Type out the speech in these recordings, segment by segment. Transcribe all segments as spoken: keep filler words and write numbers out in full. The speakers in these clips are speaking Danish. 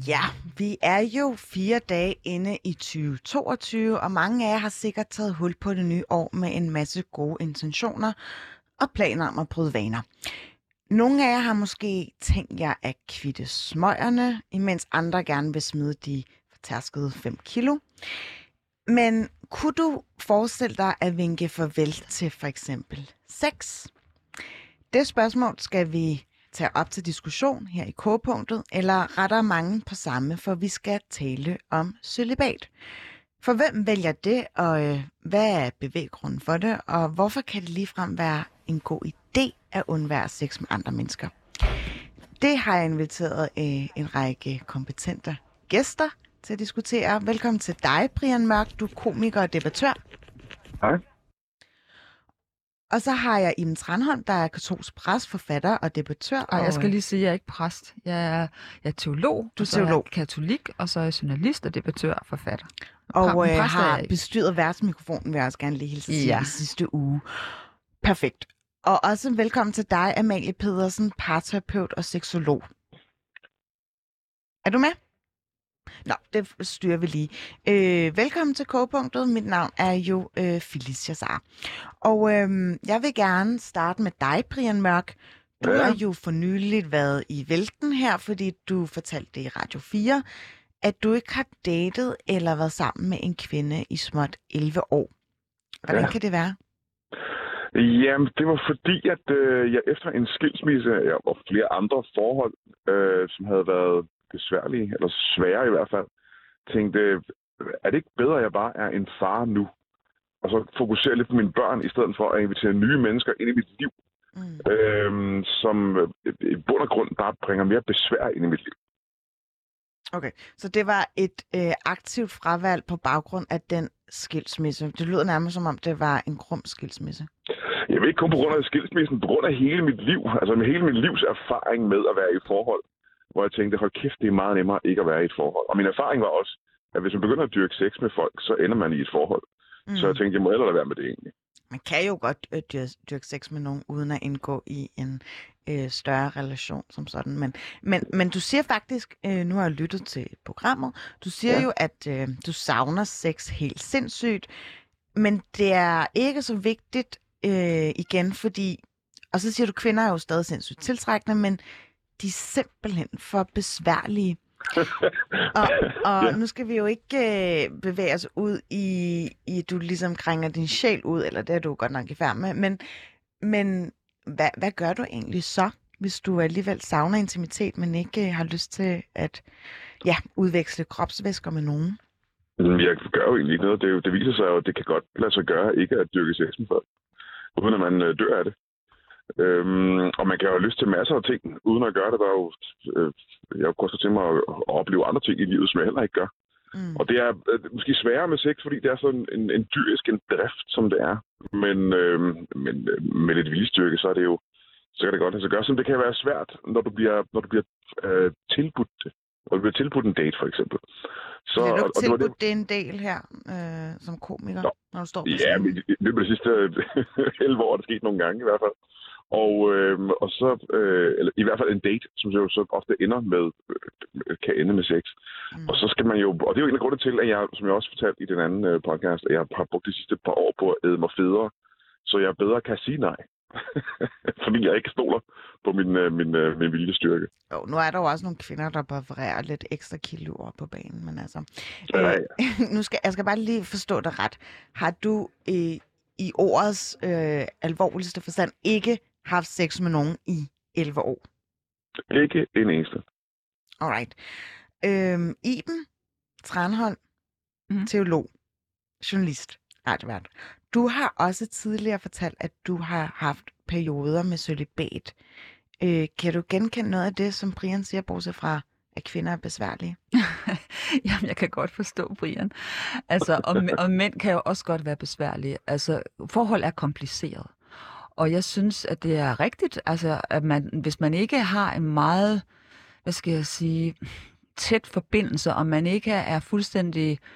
Ja, vi er jo fire dage inde i tyve toogtyve, og mange af jer har sikkert taget hul på det nye år med en masse gode intentioner og planer om at bryde vaner. Nogle af jer har måske tænkt jer at kvitte smøgerne, imens andre gerne vil smide de fortærskede fem kilo. Men kunne du forestille dig at vinke farvel til for eksempel sex? Det spørgsmål skal vi tage op til diskussion her i K-punktet, eller retter mange på samme, for vi skal tale om cølibat. For hvem vælger det, og øh, hvad er bevæggrunden for det, og hvorfor kan det ligefrem være en god idé at undvære sex med andre mennesker? Det har jeg inviteret øh, en række kompetente gæster til at diskutere. Velkommen til dig, Brian Mørk. Du er komiker og debattør. Hej. Og så har jeg Iben Tranholm, der er katolsk præst, forfatter og debattør. Og jeg skal lige sige, at jeg er ikke præst. Jeg er, jeg er teolog, du er teolog. Jeg er katolik, og så er jeg journalist og debattør og forfatter. Og, og øh, har bestyret værtsmikrofonen, vil jeg også gerne lige hilse til ja. i sidste uge. Perfekt. Og også velkommen til dig, Amalie Pedersen, parterapeut og seksolog. Er du med? Nå, det styrer vi lige. Øh, velkommen til K-punktet. Mit navn er jo øh, Felicia Sar. Og øh, jeg vil gerne starte med dig, Brian Mørk. Du ja. har jo for nyligt været i vælten her, fordi du fortalte det i Radio fire, at du ikke har datet eller været sammen med en kvinde i småt elleve år. Hvordan ja. kan det være? Jamen, det var fordi, at øh, jeg efter en skilsmisse ja, og flere andre forhold, øh, som havde været besværlige, eller svære i hvert fald, tænkte, er det ikke bedre, at jeg bare er en far nu? Og så fokusere lidt på mine børn, i stedet for at invitere nye mennesker ind i mit liv, mm. øhm, som i bund og grund bare bringer mere besvær ind i mit liv. Okay, så det var et øh, aktivt fravalg på baggrund af den skilsmisse. Det lyder nærmest som om, det var en grum skilsmisse. Jeg ved ikke kun på grund af skilsmissen, på grund af hele mit liv, altså med hele mit livs erfaring med at være i forhold, hvor jeg tænkte, hold kæft, det er meget nemmere ikke at være i et forhold. Og min erfaring var også, at hvis man begynder at dyrke sex med folk, så ender man i et forhold. Mm. Så jeg tænkte, jeg må hellere være med det egentlig. Man kan jo godt øh, dyrke, dyrke sex med nogen, uden at indgå i en øh, større relation som sådan. Men, men, men du siger faktisk, øh, nu har jeg lyttet til programmet, du siger ja. jo, at øh, du savner sex helt sindssygt, men det er ikke så vigtigt øh, igen, fordi, og så siger du, kvinder er jo stadig sindssygt tiltrækkende, men de er simpelthen for besværlige. og og ja. nu skal vi jo ikke øh, bevæge os ud i, i, du ligesom krænger din sjæl ud, eller det er du godt nok i færd med, men, men hvad, hvad gør du egentlig så, hvis du alligevel savner intimitet, men ikke øh, har lyst til at ja, udveksle kropsvæsker med nogen? Jeg gør jo egentlig ikke noget. Det, det viser sig jo, at det kan godt lade sig gøre ikke at dyrke sex med folk, uden at man øh, dør af det. Øhm, og man kan jo have lyst til masser af ting, uden at gøre det. Der er jo, øh, jeg har jo til mig at, at opleve andre ting i livet, som jeg heller ikke gør. Mm. Og det er øh, måske sværere med sex, fordi det er sådan en, en dyrisk en drift, som det er. Men øh, men øh, med lidt viljestyrke, så er det jo, så kan det godt lade sig gøre. Så det kan være svært, når du bliver, når du bliver øh, tilbudt det. Og du bliver tilbudt en date, for eksempel. Så, har du tilbudt det, det... det en del her, øh, som komiker, Nå. når du står på Ja, men i løbet af de sidste elleve år er det sket nogle gange i hvert fald. Og, øh, og så, øh, eller i hvert fald en date, som jo så ofte ender med, øh, kan ende med sex. Mm. Og så skal man jo, og det er jo en af grundene til, at jeg, som jeg også fortalte i den anden øh, podcast, at jeg har brugt de sidste par år på at æde mig federe, så jeg bedre kan sige nej. Fordi jeg ikke stoler på min, øh, min, øh, min viljestyrke. Jo, nu er der jo også nogle kvinder, der præfererer lidt ekstra kiloer på banen, men altså... Ja, ja. Øh, nu skal, jeg skal bare lige forstå det ret. Har du øh, i ordets øh, alvorligste forstand ikke haft sex med nogen i elleve år? Ikke en eneste. Alright. Øhm, Iben Tranholm, mm. teolog, journalist, radiovært. Du har også tidligere fortalt, at du har haft perioder med cølibat. Øh, kan du genkende noget af det, som Brian siger, bortset fra, at kvinder er besværlige? Jamen, jeg kan godt forstå, Brian. Altså, og, og mænd kan jo også godt være besværlige. Altså, forhold er kompliceret. Og jeg synes, at det er rigtigt, altså, at man, hvis man ikke har en meget, hvad skal jeg sige, tæt forbindelse, og man ikke er fuldstændig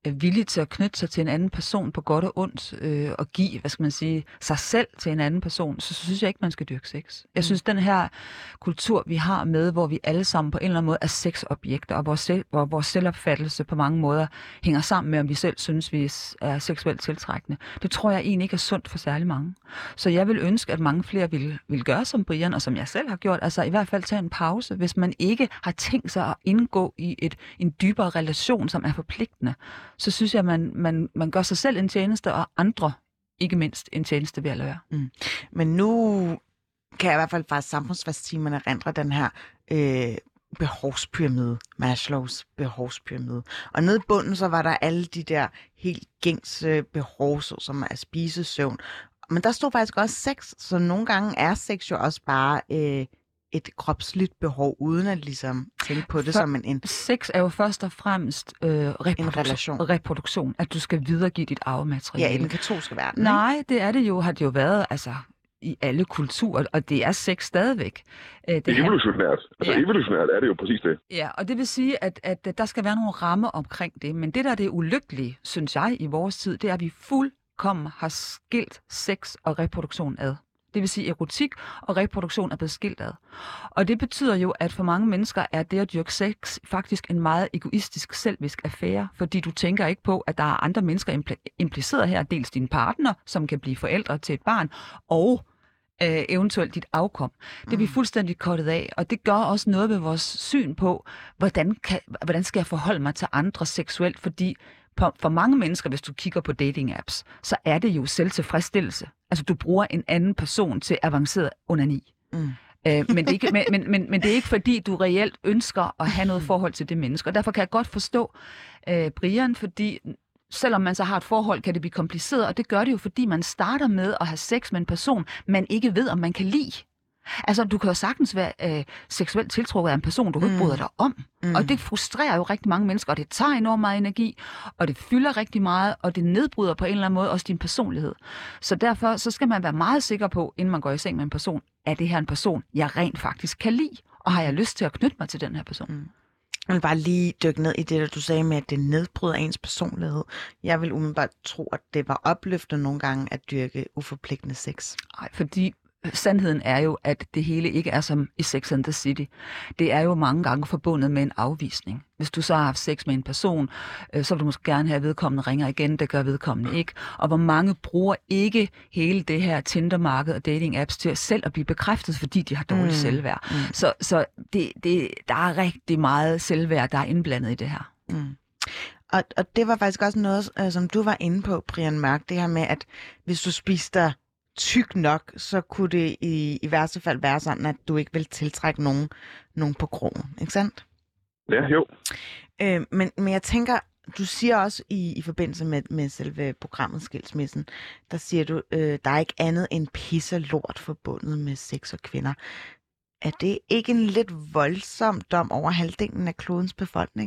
er villig til at knytte sig til en anden person på godt og ondt, øh, og give, hvad skal man sige, sig selv til en anden person, så synes jeg ikke, man skal dyrke sex. Jeg synes, den her kultur, vi har med, hvor vi alle sammen på en eller anden måde er sexobjekter, og vores, selv, hvor vores selvopfattelse på mange måder hænger sammen med, om vi selv synes, vi er seksuelt tiltrækkende. Det tror jeg egentlig ikke er sundt for særlig mange. Så jeg vil ønske, at mange flere vil, vil gøre som Brian, og som jeg selv har gjort, altså i hvert fald tage en pause, hvis man ikke har tænkt sig at indgå i et, en dybere relation, som er forpligtende, så synes jeg, at man, man, man gør sig selv en tjeneste, og andre ikke mindst en tjeneste ved at lade være. Mm. Men nu kan jeg i hvert fald fra samfundsfagstimerne rendre den her øh, behovspyramide, Maslows behovspyramide. Og nede i bunden, så var der alle de der helt gængse behov, som er spise, søvn. Men der stod faktisk også sex, så nogle gange er sex jo også bare øh, et kropsligt behov, uden at ligesom tænke på det For, som en, en... Sex er jo først og fremmest øh, reprodu- en relation. reproduktion, at du skal videregive dit arvemateriale. Ja, i den katolske verden. Nej, ikke? Det er det jo, har det jo været, altså i alle kulturer, og det er sex stadigvæk. Det, det er evolutionært. Altså ja. evolutionært er det jo præcis det. Ja, og det vil sige, at, at der skal være nogle rammer omkring det, men det der det er ulykkelige, synes jeg, i vores tid, det er, at vi fuldkommen har skilt sex og reproduktion ad. Det vil sige, erotik og reproduktion er blevet skilt ad. Og det betyder jo, at for mange mennesker er det at dyrke sex faktisk en meget egoistisk, selvisk affære, fordi du tænker ikke på, at der er andre mennesker impl- impliceret her, dels din partner, som kan blive forældre til et barn, og øh, eventuelt dit afkom. Det er vi fuldstændig kortet af, og det gør også noget ved vores syn på, hvordan, kan, hvordan skal jeg forholde mig til andre seksuelt, fordi for mange mennesker, hvis du kigger på dating-apps, så er det jo selvtilfredsstillelse. Altså, du bruger en anden person til avanceret onani. Mm. Øh, men, det er ikke, men, men, men, men det er ikke, fordi du reelt ønsker at have noget forhold til det menneske. Og derfor kan jeg godt forstå øh, Brian, fordi selvom man så har et forhold, kan det blive kompliceret, og det gør det jo, fordi man starter med at have sex med en person, man ikke ved, om man kan lide. Altså, du kan jo sagtens være øh, seksuelt tiltrukket af en person, du mm. ikke bryder dig om. Mm. Og det frustrerer jo rigtig mange mennesker, og det tager enormt meget energi, og det fylder rigtig meget, og det nedbryder på en eller anden måde også din personlighed. Så derfor så skal man være meget sikker på, inden man går i seng med en person, er det her en person, jeg rent faktisk kan lide, og har jeg lyst til at knytte mig til den her person? Mm. Jeg vil bare lige dykke ned i det, der du sagde med, at det nedbryder ens personlighed. Jeg vil umiddelbart tro, at det var opløftende nogle gange at dyrke uforpligtende sex. Nej, fordi sandheden er jo, at det hele ikke er som i Sex and the City. Det er jo mange gange forbundet med en afvisning. Hvis du så har haft sex med en person, øh, så vil du måske gerne have, at vedkommende ringer igen. Det gør vedkommende ikke. Og hvor mange bruger ikke hele det her Tinder-marked og dating-apps til selv at blive bekræftet, fordi de har dårligt mm. selvværd. Mm. Så, så det, det, der er rigtig meget selvværd, der er indblandet i det her. Mm. Og, og det var faktisk også noget, øh, som du var inde på, Brian Mørk, det her med, at hvis du spiste dig tyk nok, så kunne det i, i værste fald være sådan, at du ikke vil tiltrække nogen, nogen på krogen, ikke sandt? Ja, jo. Øh, men, men jeg tænker, du siger også i, i forbindelse med, med selve programmet Skilsmissen, der siger du, øh, der er ikke andet end pisse lort forbundet med sex og kvinder. Er det ikke en lidt voldsom dom over halvdelen af klodens befolkning?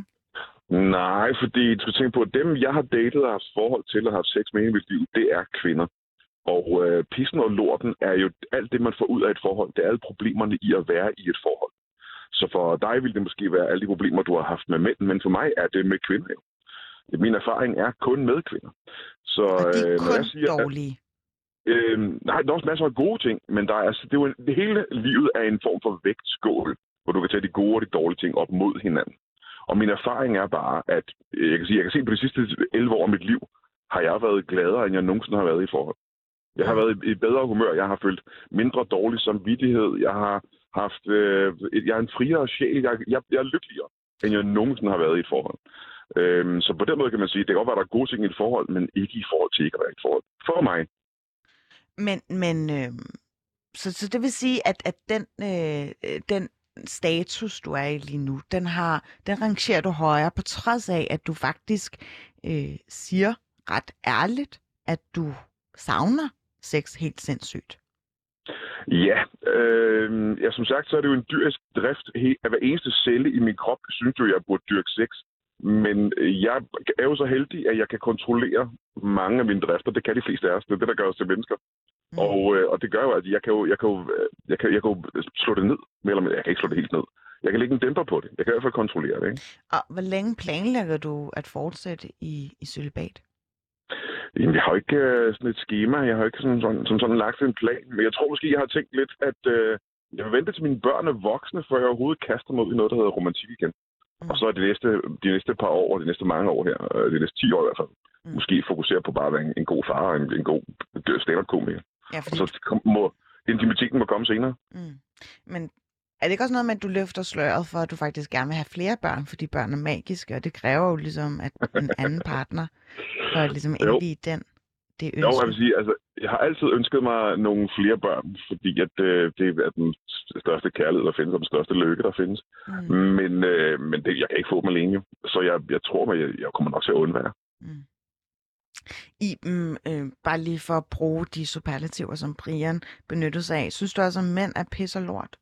Nej, fordi du skal tænke på, at dem, jeg har datet og haft forhold til og haft sex med i mit liv, det er kvinder. Og øh, pissen og lorten er jo alt det, man får ud af et forhold. Det er alle problemerne i at være i et forhold. Så for dig vil det måske være alle de problemer, du har haft med mænd, men for mig er det med kvinder jo. Min erfaring er kun med kvinder. Så, og de er øh, kun jeg siger, dårlige? At, øh, nej, der er også masser af gode ting, men der er, det, er jo, det hele livet er en form for vægtskål, hvor du kan tage de gode og de dårlige ting op mod hinanden. Og min erfaring er bare, at jeg kan, sige, jeg kan se på de sidste elleve år af mit liv, har jeg været gladere, end jeg nogensinde har været i forhold. Jeg har været i bedre humør, jeg har følt mindre dårlig samvittighed, jeg har haft, øh, jeg er en friere sjæl, jeg, jeg, jeg er lykkeligere, end jeg nogensinde har været i et forhold. Øhm, så på den måde kan man sige, det kan godt være, der er gode ting i et forhold, men ikke i forhold til ikke at være i et forhold. For mig. Men, men øh, så, så det vil sige, at, at den, øh, den status, du er i lige nu, den, har, den rangerer du højere, på trods af, at du faktisk øh, siger ret ærligt, at du savner sex helt sindssygt. Ja, øh, ja, som sagt, så er det jo en dyrisk drift af hver eneste celle i min krop, synes jo, jeg burde dyrke sex. Men jeg er jo så heldig, at jeg kan kontrollere mange af mine drifter. Det kan de fleste af os. Det er det, der gør os til mennesker. Mm. Og, øh, og det gør jo, at jeg kan jo, jeg kan jo, jeg kan, jeg kan jo slå det ned. Eller jeg kan ikke slå det helt ned. jeg kan lægge en dæmper på det. Jeg kan i hvert fald kontrollere det, ikke? Og hvor længe planlægger du at fortsætte i, i cølibat? Jamen, jeg har jo ikke øh, sådan et schema. Jeg har ikke sådan, sådan, sådan, sådan lagt en plan. Men jeg tror måske, jeg har tænkt lidt, at øh, jeg vil vente til mine børn er voksne, før jeg overhovedet kaster mig ud i noget, der hedder romantik igen. Mm. Og så er de næste, de næste par år, de næste mange år her, de næste ti år i hvert fald, mm. måske fokusere på bare at være en, en god far og en, en god stand-up-komiker. Ja, fordi... Og så må intimiteten må komme senere. Mm. Men er det ikke også noget med, at du løfter sløret for, at du faktisk gerne vil have flere børn, fordi børn er magiske, og det kræver jo ligesom, at en anden partner for at ligesom indvige den, det ønske? Jo, jeg vil sige, altså, jeg har altid ønsket mig nogle flere børn, fordi at, øh, det er den største kærlighed, der findes, og den største lykke, der findes. Mm. Men, øh, men det, jeg kan ikke få dem alene, så jeg, jeg tror, at jeg, jeg kommer nok til at undvære. Mm. Iben, øh, bare lige for at bruge de superlativer, som Brian benytter sig af. Synes du også, at mænd er pis og lort?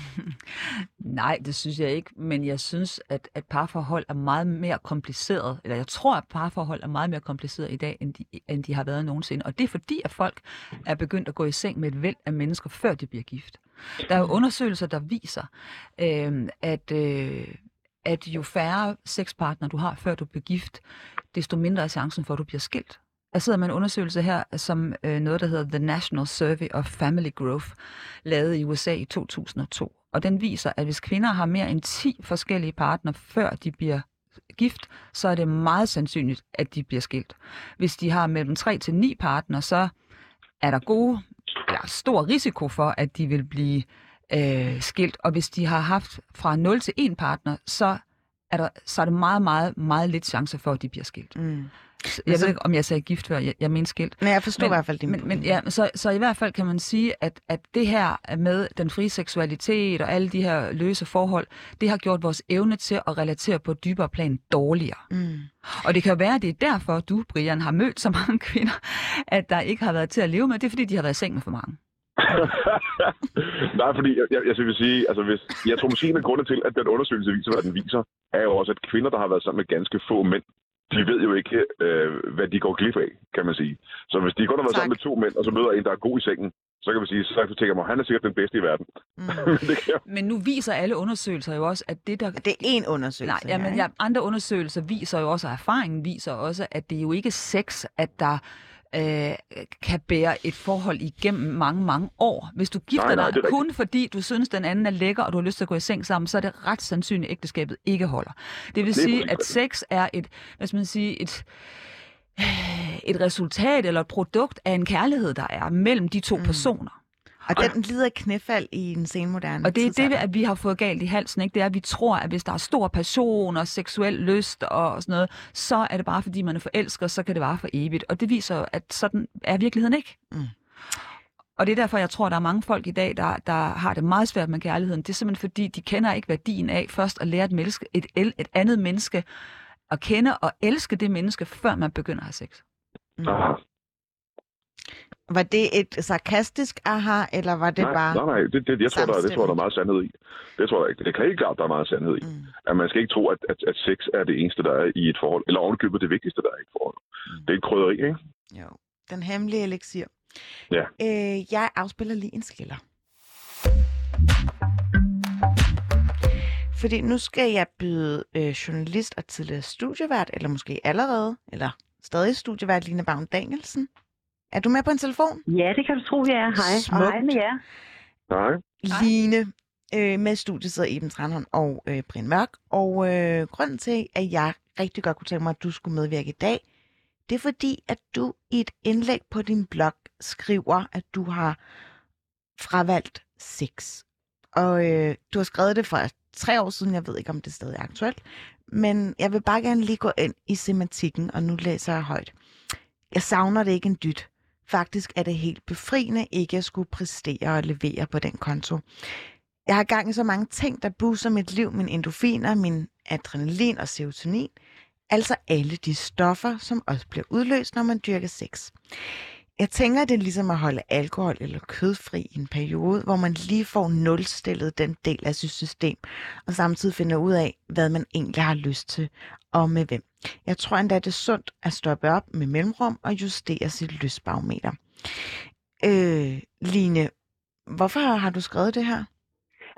Nej, det synes jeg ikke, men jeg synes, at, at parforhold er meget mere kompliceret, eller jeg tror, at parforhold er meget mere kompliceret i dag, end de, end de har været nogensinde. Og det er fordi, at folk er begyndt at gå i seng med et væld af mennesker, før de bliver gift. Der er jo undersøgelser, der viser, øh, at, øh, at jo færre sexpartnere du har, før du bliver gift, desto mindre er chancen for, at du bliver skilt. Der sidder med en undersøgelse her, som øh, noget, der hedder The National Survey of Family Growth, lavet i U S A i to tusind og to. Og den viser, at hvis kvinder har mere end ti forskellige partnere, før de bliver gift, så er det meget sandsynligt, at de bliver skilt. Hvis de har mellem tre til ni partnere, så er der gode, eller stor risiko for, at de vil blive øh, skilt. Og hvis de har haft fra nul til en partner, så er, der, så er det meget, meget, meget lidt chance for, at de bliver skilt. Mm. Jeg ved ikke, om jeg sagde gift før, jeg, jeg mener skilt. Nej, jeg forstår men, i hvert fald din men, men, ja, så, så i hvert fald kan man sige, at, at det her med den frie seksualitet og alle de her løse forhold, det har gjort vores evne til at relatere på et dybere plan dårligere. Mm. Og det kan jo være, at det er derfor, du, Brian, har mødt så mange kvinder, at der ikke har været til at leve med. Det er fordi, de har været i seng med for mange. Nej, fordi jeg, jeg, jeg vil sige, altså hvis, jeg tror måske en af grundene til, at den undersøgelse viser, hvad den viser, er jo også, at kvinder, der har været sammen med ganske få mænd, de ved jo ikke, øh, hvad de går glip af, kan man sige. Så hvis de kun har været tak. sammen med to mænd, og så møder en, der er god i sengen, så kan man sige, så tænker man, han er sikkert den bedste i verden. Mm. det kan... Men nu viser alle undersøgelser jo også, at det der... Det er én undersøgelse. Nej, ja, men ja, andre undersøgelser viser jo også, og erfaringen viser også, at det er jo ikke sex, at der øh, kan bære et forhold igennem mange, mange år. Hvis du gifter nej, nej, dig kun fordi du synes, den anden er lækker, og du har lyst til at gå i seng sammen, så er det ret sandsynligt, at ægteskabet ikke holder. Det vil det sige, at sex er et, hvad skal man sige, et, et resultat eller et produkt af en kærlighed, der er mellem de to mm. personer. Og den lider knæfald i den senmoderne. Og det er det, at vi har fået galt i halsen, ikke? Det er, at vi tror, at hvis der er stor passion og seksuel lyst og sådan noget, så er det bare, fordi man er forelsket, og så kan det vare for evigt. Og det viser jo, at sådan er virkeligheden ikke. Mm. Og det er derfor, jeg tror, at der er mange folk i dag, der, der har det meget svært med kærligheden. Det er simpelthen, fordi de kender ikke værdien af først at lære et, menneske, et, et andet menneske at kende og elske det menneske, før man begynder at have sex. Mm. Var det et sarkastisk aha, eller var det nej, bare... Nej, nej, det, det, jeg tror, der, det tror der er meget sandhed i. Det tror jeg ikke. Det kan ikke klart, der er meget sandhed i. Mm. At man skal ikke tro, at, at, at sex er det eneste, der er i et forhold. Eller ovenkøbet det vigtigste, der er i et forhold. Mm. Det er et krydderi, ikke? Jo. Den hemmelige elixir. Ja. Øh, jeg afspiller lige en skiller. Fordi nu skal jeg byde øh, journalist og tidligere studievært, eller måske allerede, eller stadig studievært, Line Baun Danielsen. Er du med på en telefon? Ja, det kan du tro, jeg er. Hej. Smukt. Og hej med jer. Hej. Line, øh, med studiet sidder Iben Tranholm og øh, Brian Mørk. Og øh, grunden til, at jeg rigtig godt kunne tænke mig, at du skulle medvirke i dag, det er fordi, at du i et indlæg på din blog skriver, at du har fravalgt sex. Og øh, du har skrevet det for tre år siden, jeg ved ikke, om det stadig er aktuelt. Men jeg vil bare gerne lige gå ind i semantikken, og nu læser jeg højt. Jeg savner det ikke en dyt. Faktisk er det helt befriende ikke at skulle præstere og levere på den konto. Jeg har gang i så mange ting, der booster mit liv, mine endorfiner, min adrenalin og serotonin. Altså alle de stoffer, som også bliver udløst, når man dyrker sex. Jeg tænker, det er ligesom at holde alkohol eller kødfri i en periode, hvor man lige får nulstillet den del af sit system, og samtidig finder ud af, hvad man egentlig har lyst til, og med hvem. Jeg tror endda, det er sundt at stoppe op med mellemrum og justere sit lystbarometer. Øh, Line, hvorfor har du skrevet det her?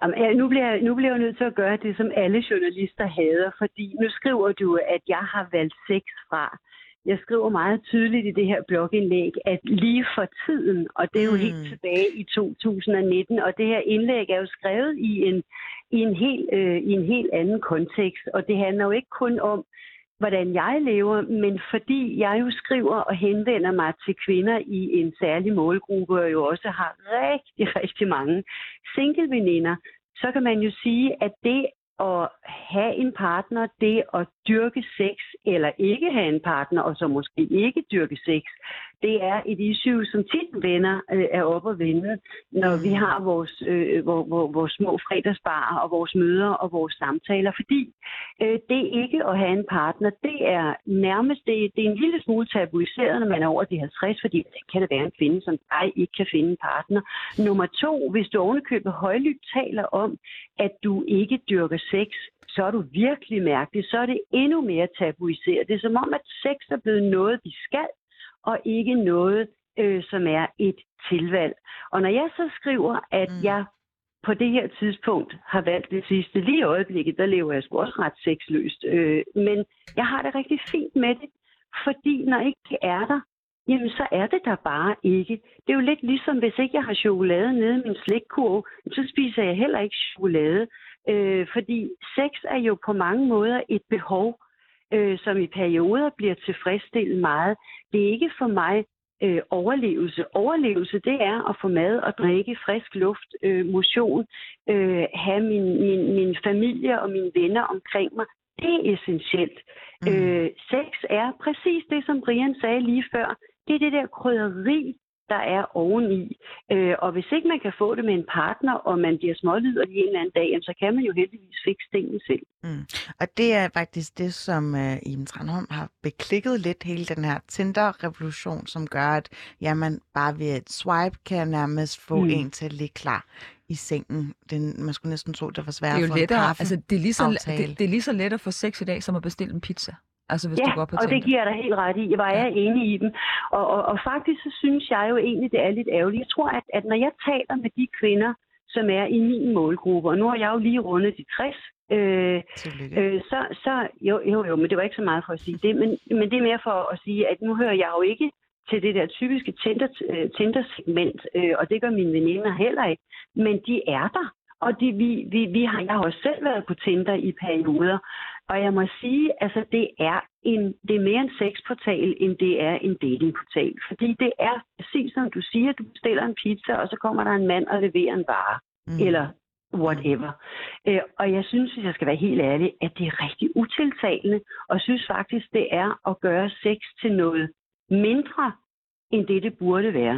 Jamen, nu bliver, jeg, nu bliver jeg nødt til at gøre det, som alle journalister hader, fordi nu skriver du, at jeg har valgt sex fra. Jeg skriver meget tydeligt i det her blogindlæg, at lige for tiden, og det er jo mm. helt tilbage i to tusind nitten, og det her indlæg er jo skrevet i en, i en, helt, øh, i en helt anden kontekst, og det handler jo ikke kun om, hvordan jeg lever, men fordi jeg jo skriver og henvender mig til kvinder i en særlig målgruppe, og jo også har rigtig, rigtig mange single-veninder, så kan man jo sige, at det at have en partner, det at dyrke sex, eller ikke have en partner, og så måske ikke dyrke sex, det er et issue, som tit venner øh, er op at vende, når vi har vores, øh, vores, vores, vores små fredagsbarer og vores møder og vores samtaler, fordi øh, det ikke at have en partner, det er nærmest, det, det er en lille smule tabuiseret, når man er over de halvtreds, fordi det kan det være en kvinde, som dig ikke kan finde en partner. Nummer to, hvis du ovenikøbet højlydt taler om, at du ikke dyrker sex, så er du virkelig mærkelig, så er det endnu mere tabuiseret. Det er som om, at sex er blevet noget, vi skal, og ikke noget, øh, som er et tilvalg. Og når jeg så skriver, at mm. jeg på det her tidspunkt har valgt det sidste, lige i øjeblikket, der lever jeg sgu også ret sexløst, øh, men jeg har det rigtig fint med det, fordi når ikke det er der, jamen så er det der bare ikke. Det er jo lidt ligesom, hvis ikke jeg har chokolade nede i min slikkurve, så spiser jeg heller ikke chokolade. Øh, fordi sex er jo på mange måder et behov, øh, som i perioder bliver tilfredsstillet meget. Det er ikke for mig øh, overlevelse. Overlevelse, det er at få mad og drikke, frisk luft, øh, motion, øh, have min, min, min familie og mine venner omkring mig. Det er essentielt. Mm. Øh, sex er præcis det, som Brian sagde lige før. Det er det der krydderi, der er oveni. Øh, og hvis ikke man kan få det med en partner, og man bliver smålider i en eller anden dag, så kan man jo heldigvis fikse tingene selv. Mm. Og det er faktisk det, som uh, Iben Tranholm har beklikket lidt, hele den her Tinder-revolution, som gør, at ja, man bare ved et swipe kan nærmest få mm. en til at ligge klar i sengen. Den, man skulle næsten tro, det var svært at få en kaffe. Altså, det, er lige så, det, det er lige så let at få sex i dag, som at bestille en pizza. Altså, hvis ja, du går på og Tinder. det giver jeg dig helt ret i. Jeg var ja. enig i dem. Og, og, og faktisk så synes jeg jo egentlig, det er lidt ærgerligt. Jeg tror, at, at når jeg taler med de kvinder, som er i min målgruppe, og nu har jeg jo lige rundet de tres, øh, øh, så, så jo, jo, jo, men det var ikke så meget for at sige det, men, men det er mere for at sige, at nu hører jeg jo ikke til det der typiske Tinder-segment, øh, og det gør mine veninder heller ikke, men de er der. Og de, vi, vi, vi har, jeg har også selv været på Tinder i perioder, og jeg må sige, altså det er, en, det er mere en sexportal, end det er en datingportal. Fordi det er præcis som du siger, du bestiller en pizza, og så kommer der en mand og leverer en vare, mm. eller whatever. Øh, og jeg synes, hvis jeg skal være helt ærlig, at det er rigtig utiltalende, og jeg synes faktisk, det er at gøre sex til noget mindre, end det det burde være.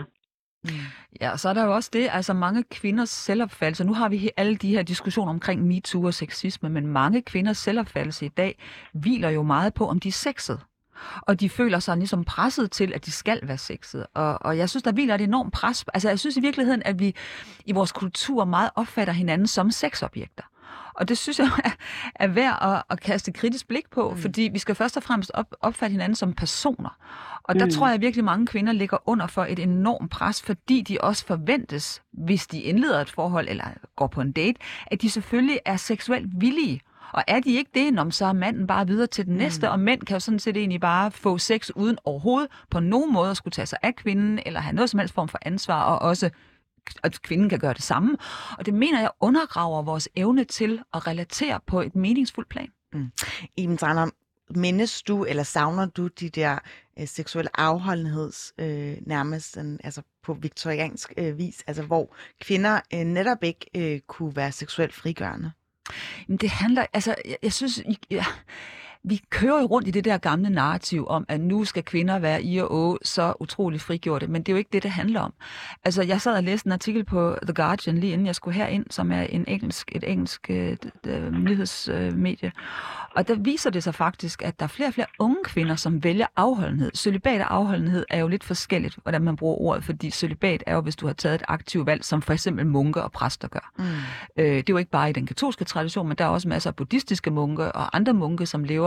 Ja, og så er der jo også det, altså mange kvinders selvopfattelse. Nu har vi alle de her diskussioner omkring MeToo og sexisme, men mange kvinders selvopfattelse i dag hviler jo meget på, om de er sexet. Og de føler sig ligesom presset til, at de skal være sexet. Og, og jeg synes, der hviler et enormt pres. Altså jeg synes i virkeligheden, at vi i vores kultur meget opfatter hinanden som sexobjekter. Og det synes jeg er, er værd at, at kaste kritisk blik på, mm. fordi vi skal først og fremmest op, opfatte hinanden som personer. Og der mm. tror jeg virkelig, mange kvinder ligger under for et enormt pres, fordi de også forventes, hvis de indleder et forhold eller går på en date, at de selvfølgelig er seksuelt villige. Og er de ikke det, så er manden bare videre til den mm. næste, og mænd kan jo sådan set egentlig bare få sex uden overhovedet på nogen måde at skulle tage sig af kvinden, eller have noget som helst form for ansvar, og også at kvinden kan gøre det samme. Og det mener jeg undergraver vores evne til at relatere på et meningsfuldt plan. Mm. Iben Tranholm, mindes du, eller savner du de der øh, seksuelle afholdenheds, øh, nærmest sådan, altså på viktoriansk øh, vis, altså hvor kvinder øh, netop ikke øh, kunne være seksuelt frigørende? Men det handler, altså jeg, jeg synes, ja, vi kører jo rundt i det der gamle narrativ om, at nu skal kvinder være i og å så utrolig frigjorte, men det er jo ikke det, det handler om. Altså, jeg sad og læste en artikel på The Guardian lige inden jeg skulle herind, som er en engelsk, et engelsk øh, nyhedsmedie, og der viser det sig faktisk, at der er flere og flere unge kvinder, som vælger afholdenhed. Cølibat og afholdenhed er jo lidt forskelligt, hvordan man bruger ordet, fordi cølibat er jo, hvis du har taget et aktivt valg, som for eksempel munker og præster gør. Mm. Øh, det er jo ikke bare i den katolske tradition, men der er også masser af buddhistiske munke og andre munke, som lever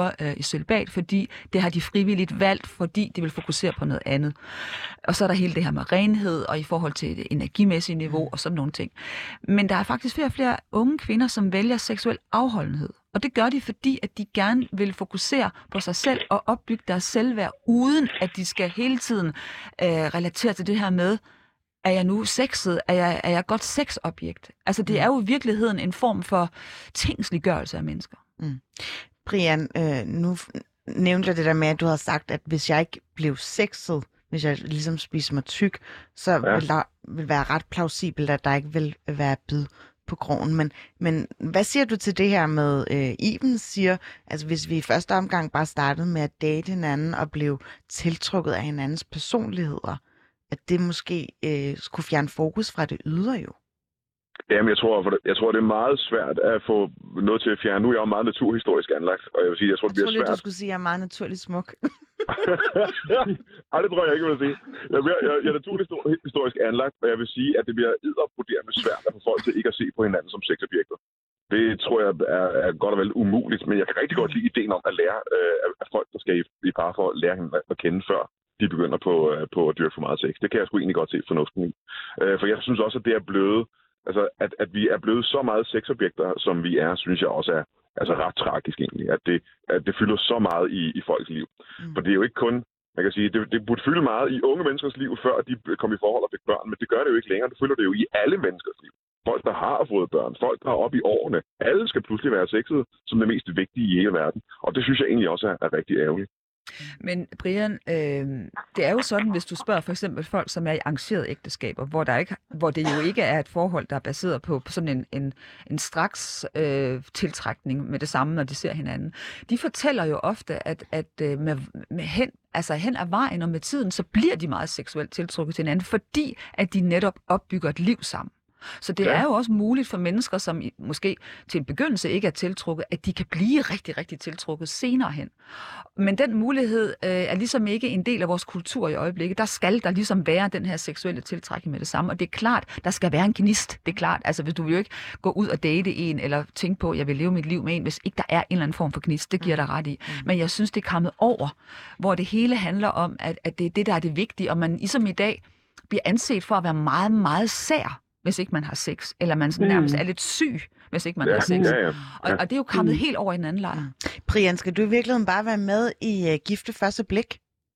lever øh, i cølibat, fordi det har de frivilligt valgt, fordi de vil fokusere på noget andet. Og så er der hele det her med renhed, og i forhold til det energimæssige niveau, og sådan nogle ting. Men der er faktisk flere og flere unge kvinder, som vælger seksuel afholdenhed. Og det gør de, fordi at de gerne vil fokusere på sig selv og opbygge deres selvværd, uden at de skal hele tiden øh, relatere til det her med, er jeg nu sexet? Er jeg, er jeg godt sexobjekt? Altså, det er jo i virkeligheden en form for tingsliggørelse af mennesker. Mm. Brian, øh, nu nævnte jeg det der med, at du havde sagt, at hvis jeg ikke blev sexet, hvis jeg ligesom spiser mig tyk, så ja. vil der vil være ret plausibelt, at der ikke vil være bid på krogen. Men, men hvad siger du til det her med, øh, Iben siger, altså hvis vi i første omgang bare startede med at date hinanden og blev tiltrukket af hinandens personligheder, at det måske øh, skulle fjerne fokus fra det ydre jo? Jamen, jeg tror, for det, jeg tror, det er meget svært at få noget til at fjerne. Nu er jeg jo meget naturhistorisk anlagt, og jeg vil sige, jeg tror, det bliver svært. Jeg tror lidt, svært. du skulle sige, at jeg er meget naturligt smuk. Ej, det tror jeg ikke, jeg vil sige. Jeg, jeg, jeg, jeg er naturhistorisk anlagt, og jeg vil sige, at det bliver eddervurderende svært at få folk til ikke at se på hinanden som sexobjekter. Det tror jeg er, er godt og vel umuligt, men jeg kan rigtig godt lide ideen om at lære øh, af folk, der skal i, i bare for at lære hinanden at kende før de begynder på, øh, på at dyrke for meget sex. Det kan jeg sgu egentlig godt se fornuften i. Øh, for jeg synes også, at det er blevet, altså at, at vi er blevet så meget sexobjekter, som vi er, synes jeg også er altså ret tragisk egentlig. At det, at det fylder så meget i, i folks liv. Mm. For det er jo ikke kun, man kan sige, det, det burde fylde meget i unge menneskers liv, før de kom i forhold og fik børn, men det gør det jo ikke længere. Det fylder det jo i alle menneskers liv. Folk, der har fået børn, folk, der er oppe i årene, alle skal pludselig være sexede som det mest vigtige i hele verden. Og det synes jeg egentlig også er, er rigtig ærgerligt. Men Brian, øh, det er jo sådan, hvis du spørger for eksempel folk, som er i arrangerede ægteskaber, hvor, der ikke, hvor det jo ikke er et forhold, der er baseret på, på sådan en, en, en straks øh, tiltrækning med det samme, når de ser hinanden. De fortæller jo ofte, at, at øh, med, med hen, altså hen ad vejen og med tiden, så bliver de meget seksuelt tiltrukket til hinanden, fordi at de netop opbygger et liv sammen. Så det ja. er jo også muligt for mennesker, som måske til en begyndelse ikke er tiltrukket, at de kan blive rigtig, rigtig tiltrukket senere hen. Men den mulighed øh, er ligesom ikke en del af vores kultur i øjeblikket. Der skal der ligesom være den her seksuelle tiltrækning med det samme. Og det er klart, der skal være en gnist. Det er klart, altså hvis du vil jo ikke gå ud og date en, eller tænke på, at jeg vil leve mit liv med en, hvis ikke der er en eller anden form for gnist. Det giver dig ret i. Men jeg synes, det er kommet over, hvor det hele handler om, at, at det er det, der er det vigtige. Og man ligesom i dag bliver anset for at være meget, meget sær, hvis ikke man har sex, eller man sådan nærmest er lidt syg, hvis ikke man ja, har sex. Ja, ja, ja. Og, og det er jo kommet mm. helt over i den anden lejr. Brian, skal du i virkeligheden bare være med i uh, Gifte Første Blik?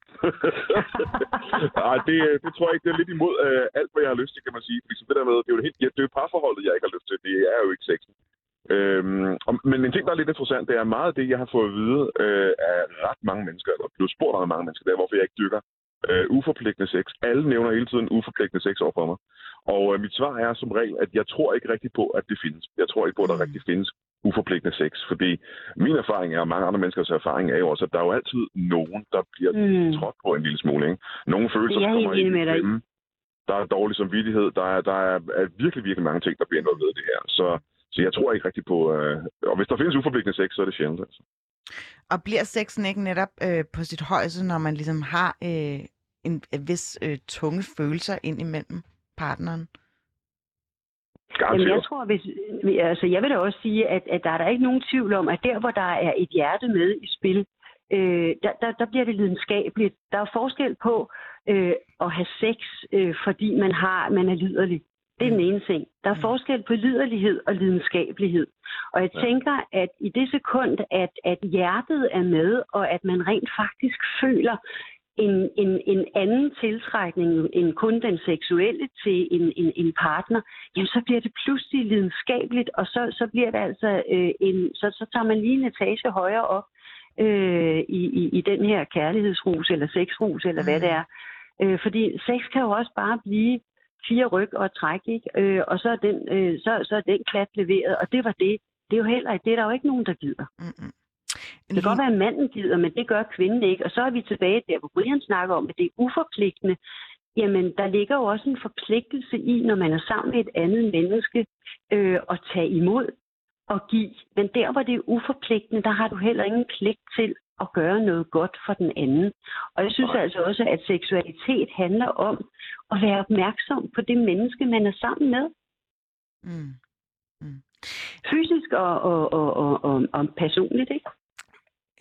Nej, det, det tror jeg ikke. Det er lidt imod uh, alt, hvad jeg har lyst til, kan man sige. Fordi det der med, det er jo helt, ja, det er jo parforholdet, jeg ikke har lyst til. Det er jo ikke sexen. Øhm, og, men en ting, der er lidt interessant, det er meget af det, jeg har fået at vide uh, af ret mange mennesker, eller blevet spurgt af mange mennesker, det er, hvorfor jeg ikke dyrker uh, uforpligtende sex. Alle nævner hele tiden uforpligtende sex over for mig. Og øh, mit svar er som regel, at jeg tror ikke rigtig på, at det findes. Jeg tror ikke på, at der rigtig findes uforpligtende sex, fordi min erfaring er, og mange andre menneskers erfaring er jo også, at der er jo altid nogen, der bliver mm. trådt på en lille smule. Ikke? Nogle følelser kommer ind i klemme. Der er dårlig samvittighed. Der er, der er, er virkelig, virkelig mange ting, der bliver involveret i det her. Så, så jeg tror ikke rigtig på... Øh, og hvis der findes uforpligtende sex, så er det sjældent. Altså. Og bliver sexen ikke netop øh, på sit højeste, når man ligesom har øh, en, en vis øh, tunge følelser ind imellem partneren? Jamen, jeg tror, hvis, altså, jeg vil da også sige, at, at der er der ikke nogen tvivl om, at der, hvor der er et hjerte med i spil, øh, der, der, der bliver det lidenskabeligt. Der er forskel på øh, at have sex, øh, fordi man, har, man er liderlig. Det er den ene ting. Der er forskel på liderlighed og lidenskabelighed. Og jeg tænker, at i det sekund, at, at hjertet er med, og at man rent faktisk føler En, en, en anden tiltrækning end kun den seksuelle til en, en, en partner, jamen så bliver det pludselig lidenskabeligt, og så, så bliver det altså øh, en, så, så tager man lige en etage højere op øh, i, i, i den her kærlighedsrus eller sexrus eller mm. hvad det er. Øh, fordi sex kan jo også bare blive fire ryg og et træk, ikke? Øh, og så er, den, øh, så, så er den klat leveret, og det var det. Det er jo heller ikke, det er der jo ikke nogen, der gider. Mm-mm. Det kan godt være, at manden gider, men det gør kvinden ikke. Og så er vi tilbage der, hvor Brian snakker om, at det er uforpligtende. Jamen, der ligger jo også en forpligtelse i, når man er sammen med et andet menneske, øh, at tage imod og give. Men der, hvor det er uforpligtende, der har du heller ingen pligt til at gøre noget godt for den anden. Og jeg synes altså også, at seksualitet handler om at være opmærksom på det menneske, man er sammen med. Mm. Mm. Fysisk og, og, og, og, og, og personligt, ikke?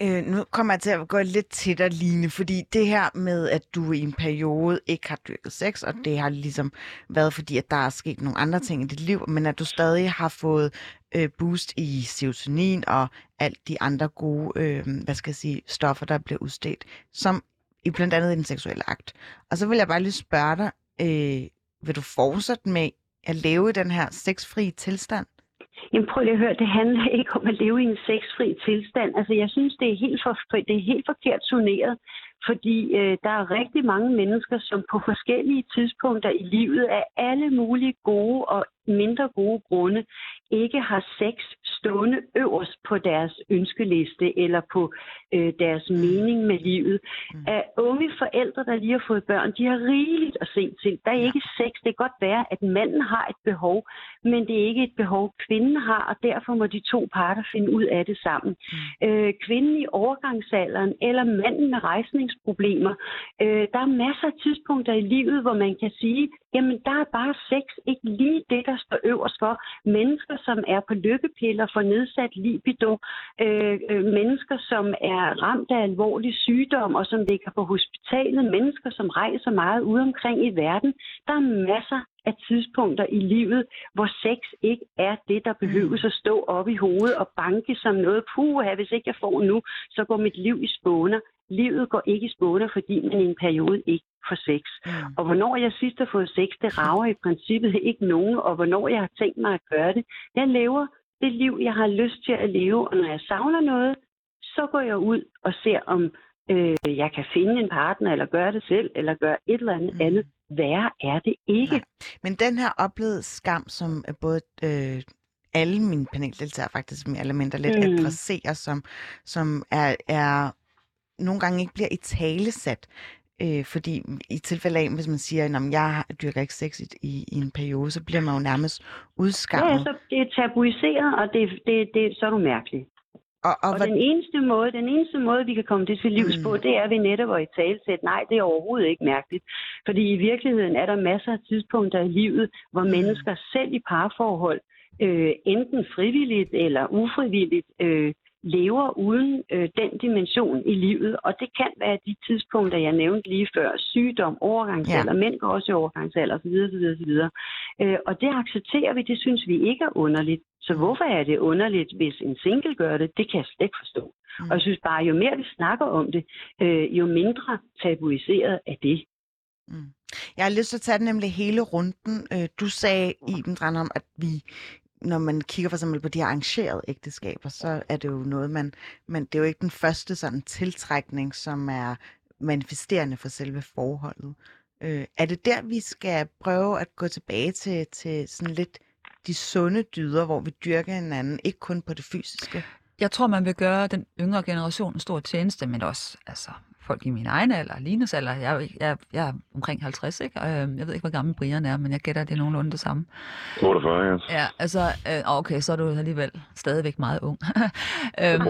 Øh, nu kommer jeg til at gå lidt til dig, Line, fordi det her med, at du i en periode ikke har dyrket sex, og det har ligesom været fordi, at der er sket nogle andre ting i dit liv, men at du stadig har fået øh, boost i serotonin og alt de andre gode, øh, hvad skal jeg sige, stoffer, der bliver udstedt, som i blandt andet i den seksuelle akt. Og så vil jeg bare lige spørge dig, øh, vil du fortsætte med at leve i den her sexfri tilstand? Jamen prøv lige at høre, det handler ikke om at leve i en sexfri tilstand. Altså jeg synes, det er helt, for, det er helt forkert turneret, fordi øh, der er rigtig mange mennesker, som på forskellige tidspunkter i livet af alle mulige gode og mindre gode grunde ikke har sex stående øverst på deres ønskeliste eller på øh, deres mening med livet. Mm. Af unge forældre, der lige har fået børn, de har rigeligt at se til. Der er ikke sex. Det kan godt være, at manden har et behov, men det er ikke et behov, kvinden har, og derfor må de to parter finde ud af det sammen. Mm. Øh, kvinden i overgangsalderen eller manden med rejsningsproblemer, øh, der er masser af tidspunkter i livet, hvor man kan sige, jamen der er bare sex ikke lige det, der står øverst for. Mennesker, som er på lykkepiller, får nedsat libido, øh, øh, mennesker, som er ramt af alvorlig sygdom og som ligger på hospitalet, mennesker, som rejser meget ude omkring i verden. Der er masser af tidspunkter i livet, hvor sex ikke er det, der behøves at stå op i hovedet og banke som noget. Puh, hvis ikke jeg får nu, så går mit liv i spåner. Livet går ikke i spåner, fordi man i en periode ikke får sex. Mm. Og hvornår jeg sidst har fået sex, det rager i princippet ikke nogen, og hvornår jeg har tænkt mig at gøre det. Jeg lever det liv, jeg har lyst til at leve, og når jeg savner noget, så går jeg ud og ser, om øh, jeg kan finde en partner, eller gøre det selv, eller gøre et eller andet mm. andet. Værre er det ikke. Nej. Men den her oplevede skam, som både øh, alle mine paneldeltagere faktisk mere eller mindre lidt mm. adresserer, som, som er, er nogle gange ikke bliver i talesat. Øh, fordi i tilfælde af, hvis man siger, at jeg dyrker ikke sex i, i, i en periode, så bliver man jo nærmest udskammet. Ja, så det er tabuiseret, og det, det, det, så er du mærkelig. Og, og, og den eneste måde, den eneste måde, vi kan komme det til livs mm. på, det er ved netop at i talesæt. Nej, det er overhovedet ikke mærkeligt. Fordi i virkeligheden er der masser af tidspunkter i livet, hvor mm. mennesker selv i parforhold, øh, enten frivilligt eller ufrivilligt, øh, lever uden øh, den dimension i livet. Og det kan være de tidspunkter, jeg nævnte lige før. Sygdom, overgangsalder, ja. Mænd går også i overgangsalder osv. osv., osv. Øh, og det accepterer vi, det synes vi ikke er underligt. Så hvorfor er det underligt, hvis en single gør det? Det kan jeg slet ikke forstå. Mm. Og jeg synes bare, jo mere vi snakker om det, øh, jo mindre tabuiseret er det. Mm. Jeg har lyst til at tage den nemlig hele runden. Du sagde, Iben Tranholm, at vi, når man kigger for eksempel på de arrangerede ægteskaber, så er det jo noget, man, man det er jo ikke den første sådan tiltrækning, som er manifesterende for selve forholdet. Øh, er det der, vi skal prøve at gå tilbage til, til sådan lidt de sunde dyder, hvor vi dyrker hinanden, ikke kun på det fysiske? Jeg tror, man vil gøre den yngre generation en stor tjeneste, men også altså, folk i min egen alder, Lines alder. Jeg, jeg, jeg er omkring halvtreds, ikke? Jeg ved ikke, hvor gammel Brian er, men jeg gætter, det er nogenlunde det samme. otteogfyrre, ja. Ja, altså, øh, okay, så er du alligevel stadigvæk meget ung. øhm,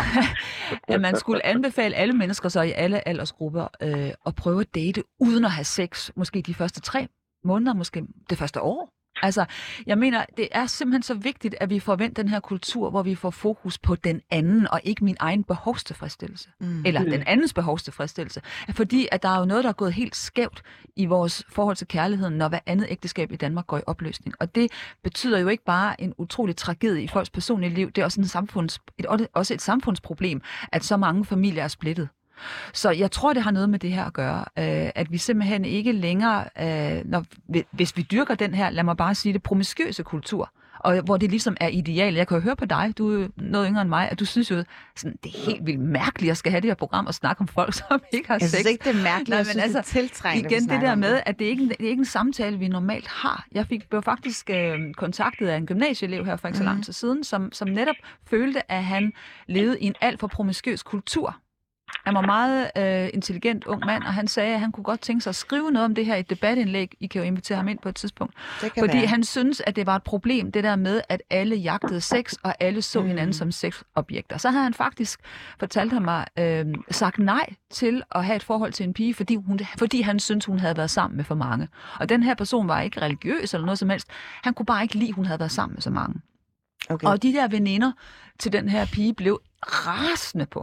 at man skulle anbefale alle mennesker så i alle aldersgrupper øh, at prøve at date uden at have sex, måske de første tre måneder, måske det første år. Altså, jeg mener, det er simpelthen så vigtigt, at vi får vendt den her kultur, hvor vi får fokus på den anden, og ikke min egen behovstilfredsstillelse. Mm. Eller den andens behovstilfredsstillelse. Fordi at der er jo noget, der er gået helt skævt i vores forhold til kærligheden, når hver andet ægteskab i Danmark går i opløsning. Og det betyder jo ikke bare en utrolig tragedie i folks personlige liv, det er også, en samfunds, et, også et samfundsproblem, at så mange familier er splittet. Så jeg tror, det har noget med det her at gøre, øh, at vi simpelthen ikke længere, øh, når, hvis vi dyrker den her, lad mig bare sige det, promiskuøse kultur, og hvor det ligesom er ideal. Jeg kan jo høre på dig, du er noget yngre end mig, at du synes jo, sådan, det er helt vildt mærkeligt at skal have det her program og snakke om folk, som ikke har sex. Jeg synes ikke, det er mærkeligt, Nej, jeg synes, altså, det er tiltrængende. Igen det der med, at det ikke, det er ikke en samtale, vi normalt har. Jeg fik, blev faktisk øh, kontaktet af en gymnasieelev her for ikke så lang tid siden, som, som netop følte, at han levede i en alt for promiskuøs kultur. Han var meget øh, intelligent ung mand, og han sagde, at han kunne godt tænke sig at skrive noget om det her i et debatindlæg. I kan jo invitere ham ind på et tidspunkt. Fordi være. Han synes, at det var et problem, det der med, at alle jagtede sex, og alle så mm. hinanden som sexobjekter. Så havde han faktisk, fortalt ham mig, øh, sagt nej til at have et forhold til en pige, fordi, hun, fordi han syntes, hun havde været sammen med for mange. Og den her person var ikke religiøs eller noget som helst. Han kunne bare ikke lide, at hun havde været sammen med så mange. Okay. Og de der veninder til den her pige blev rasende på ham.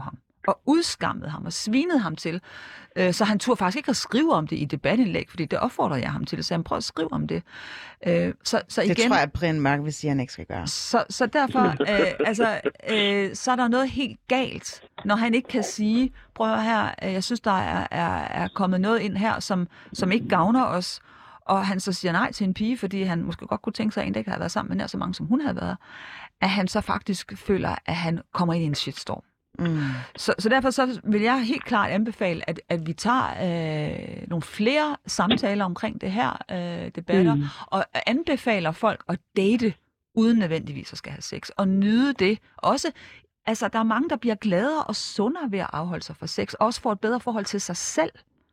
og udskammede ham og svinede ham til. Øh, så han turde faktisk ikke at skrive om det i debatindlæg, fordi det opfordrede jeg ham til, så han prøvede at skrive om det. Øh, så, så igen, det tror jeg, at Brian Mørk vil sige, at han ikke skal gøre. Så, så derfor øh, altså, øh, så er der noget helt galt, når han ikke kan sige, prøv at høre her, jeg synes, der er, er, er kommet noget ind her, som, som ikke gavner os, og han så siger nej til en pige, fordi han måske godt kunne tænke sig, at en dag ikke havde været sammen med nær så mange, som hun havde været, at han så faktisk føler, at han kommer ind i en shitstorm. Mm. Så, så derfor så vil jeg helt klart anbefale, at, at vi tager øh, nogle flere samtaler omkring det her øh, debatter, mm. og anbefaler folk at date uden nødvendigvis at skal have sex, og nyde det. Også, altså der er mange, der bliver gladere og sundere ved at afholde sig fra sex, også får et bedre forhold til sig selv.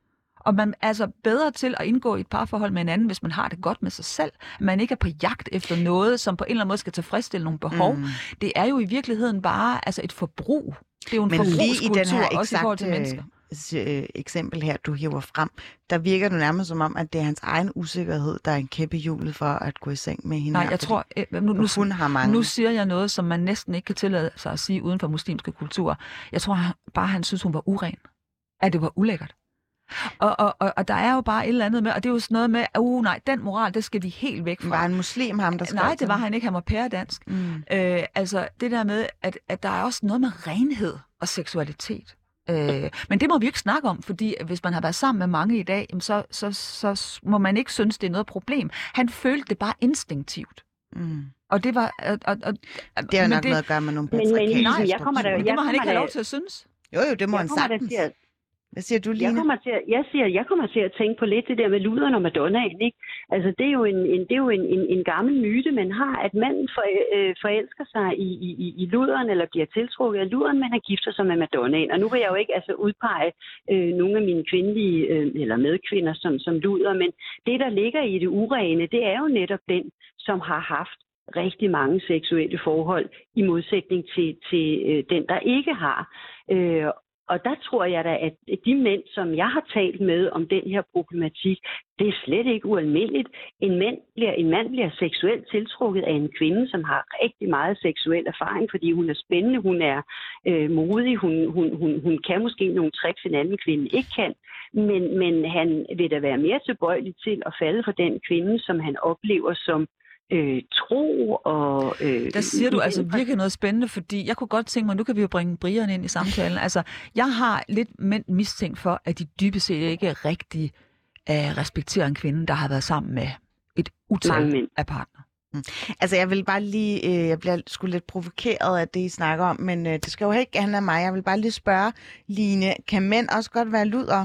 Og man er altså bedre til at indgå i et parforhold med en anden, hvis man har det godt med sig selv. Man ikke er på jagt efter noget, som på en eller anden måde skal tilfredsstille nogle behov. Mm. Det er jo i virkeligheden bare altså et forbrug. Det er jo en Men forbrugskultur, lige i den her også i forhold til mennesker. Øh, eksempel her, du hiver frem, der virker det nærmest som om, at det er hans egen usikkerhed, der er en kæppe i hjulet for at gå i seng med hende. Nej, jeg tror, nu, nu, hun har mange. Nu siger jeg noget, som man næsten ikke kan tillade sig at sige uden for muslimske kulturer. Jeg tror han, bare, han synes, hun var uren. At det var ulækkert. Og, og, og, og der er jo bare et eller andet med, og det er jo sådan noget med, at uh, nej, den moral, det skal vi helt væk fra. Var han muslim, ham der skrev? Nej, det var han ikke, han var pæredansk. Mm. Øh, altså det der med, at, at der er også noget med renhed og seksualitet. Øh, men det må vi jo ikke snakke om, fordi hvis man har været sammen med mange i dag, så, så, så må man ikke synes, det er noget problem. Han følte det bare instinktivt. Mm. Og det var... Og, og, og, det har nok det, noget at gøre med nogle patriarkalske. Nej, jeg kommer der, jeg det må han ikke have lov til at synes. Jo, jo, det må han sagtens. Hvad siger du, Line? Jeg kommer, til at, jeg, siger, jeg kommer til at tænke på lidt det der med luderen og Madonnaen, ikke? Altså, det er jo en, en, det er jo en, en, en gammel myte, man har, at manden for, øh, forelsker sig i, i, i luderen, eller bliver tiltrukket af luderen, men han gifter sig med Madonnaen. Og nu vil jeg jo ikke altså udpege øh, nogle af mine kvindelige, øh, eller medkvinder som, som luder, men det, der ligger i det urene, det er jo netop den, som har haft rigtig mange seksuelle forhold, i modsætning til, til øh, den, der ikke har. Øh, Og der tror jeg da, at de mænd, som jeg har talt med om den her problematik, det er slet ikke ualmindeligt. En mand bliver, en mand bliver seksuelt tiltrukket af en kvinde, som har rigtig meget seksuel erfaring, fordi hun er spændende, hun er øh, modig, hun, hun, hun, hun kan måske nogle tricks, en anden kvinde ikke kan. Men, men han vil da være mere tilbøjelig til at falde for den kvinde, som han oplever som Øh, tro og... Øh, der siger du altså virkelig noget spændende, fordi jeg kunne godt tænke mig, nu kan vi jo bringe Brian ind i samtalen. Altså, jeg har lidt mænd mistænkt for, at de dybest set ikke rigtig øh, respekterer en kvinde, der har været sammen med et utal af partner. Mm. Altså, jeg vil bare lige... Øh, jeg bliver sgu lidt provokeret af det, I snakker om, men øh, det skal jo ikke handle om mig. Jeg vil bare lige spørge, Line, kan mænd også godt være luder?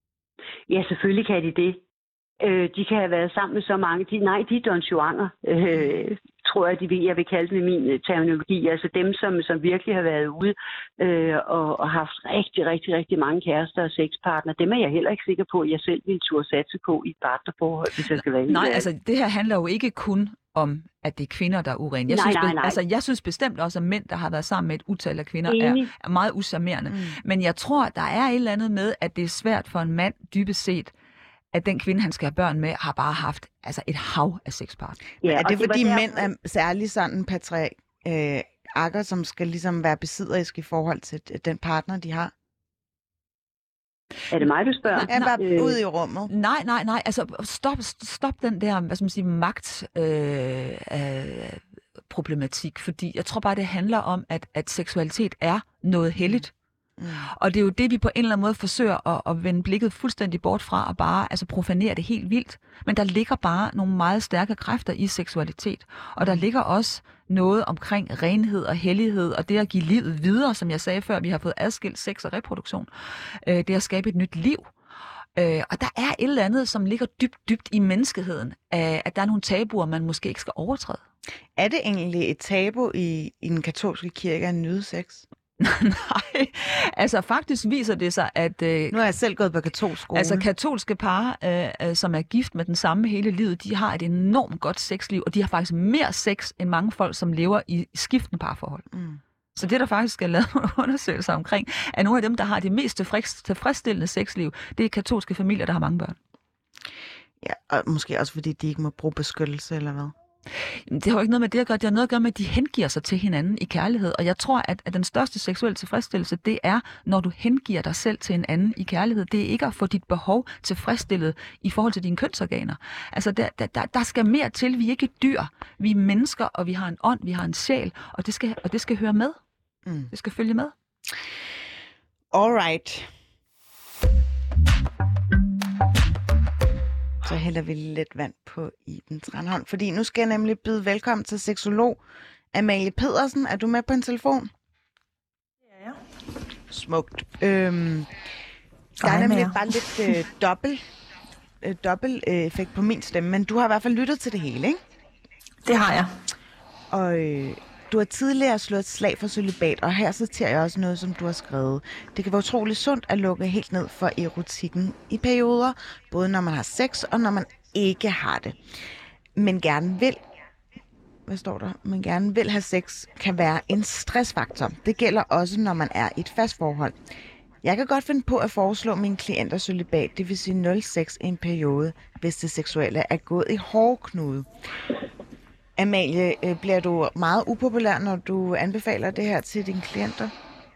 Ja, selvfølgelig kan de det. Øh, de kan have været sammen med så mange. De, nej, de er Don Juaner, øh, tror jeg, de vil, jeg vil kalde det med min terminologi. Altså dem, som, som virkelig har været ude øh, og, og haft rigtig, rigtig, rigtig mange kærester og sexpartner. Dem er jeg heller ikke sikker på, at jeg selv ville turde satse på i et partnerforhold, hvis jeg skal være. Nej, altså det her handler jo ikke kun om, at det er kvinder, der er urene. Jeg, nej, synes, nej, nej. Altså, jeg synes bestemt også, at mænd, der har været sammen med et utal af kvinder, er, er meget usammerende. Mm. Men jeg tror, der er et eller andet med, at det er svært for en mand dybest set, at den kvinde, han skal have børn med, har bare haft altså et hav af sexpartner. Ja, er det, det fordi der... mænd er særlig sådan patriarker, øh, som skal ligesom være besidderiske i forhold til den partner, de har? Er det mig, du spørger? Jeg er bare øh... ude i rummet. Nej, nej, nej. Altså, stop, stop den der, hvad skal man sige, magt øh, øh, problematik, fordi jeg tror bare, det handler om, at, at seksualitet er noget helligt. Mm. Og det er jo det, vi på en eller anden måde forsøger at, at vende blikket fuldstændig bort fra og bare altså profanere det helt vildt. Men der ligger bare nogle meget stærke kræfter i seksualitet. Og der ligger også noget omkring renhed og hellighed og det at give livet videre, som jeg sagde før, vi har fået adskilt sex og reproduktion. Det at skabe et nyt liv. Og der er et eller andet, som ligger dybt, dybt i menneskeheden, at der er nogle tabuer, man måske ikke skal overtræde. Er det egentlig et tabu i, i den katolske kirke at nyde sex? Nej, altså faktisk viser det sig, at... Øh, nu har jeg selv gået på katolsk skole. Altså katolske par, øh, som er gift med den samme hele livet, de har et enormt godt sexliv, og de har faktisk mere sex end mange folk, som lever i skiftende parforhold. Mm. Så det, der faktisk skal lave nogle undersøgelser omkring, er nogle af dem, der har det mest tilfredsstillende sexliv, det er katolske familier, der har mange børn. Ja, og måske også fordi de ikke må bruge beskyttelse, eller hvad? Det har jo ikke noget med det at gøre. Det har noget at gøre med, at de hengiver sig til hinanden i kærlighed. Og jeg tror, at, at den største seksuelle tilfredsstillelse, det er, når du hengiver dig selv til en anden i kærlighed. Det er ikke at få dit behov tilfredsstillet i forhold til dine kønsorganer. Altså, der, der, der skal mere til. Vi er ikke dyr. Vi er mennesker, og vi har en ånd, vi har en sjæl, og det skal, og det skal høre med. Mm. Det skal følge med. All right. Så hælder vi lidt vand på Iben Tranholm, fordi nu skal jeg nemlig byde velkommen til seksolog Amalie Pedersen. Er du med på en telefon? Ja, ja. Smukt. Øhm, der er nemlig bare lidt øh, dobbelt, øh, dobbelt øh, effekt på min stemme, men du har i hvert fald lyttet til det hele, ikke? Det har jeg. Og øh, du har tidligere slået et slag for cølibat, og her citerer jeg også noget, som du har skrevet. Det kan være utroligt sundt at lukke helt ned for erotikken i perioder, både når man har sex og når man ikke har det. Men gerne vil, hvad står der? Men gerne vil have sex kan være en stressfaktor. Det gælder også, når man er i et fast forhold. Jeg kan godt finde på at foreslå mine klienter cølibat, det vil sige nul sex i en periode, hvis det seksuelle er gået i hårdknude. Amalie, bliver du meget upopulær, når du anbefaler det her til dine klienter?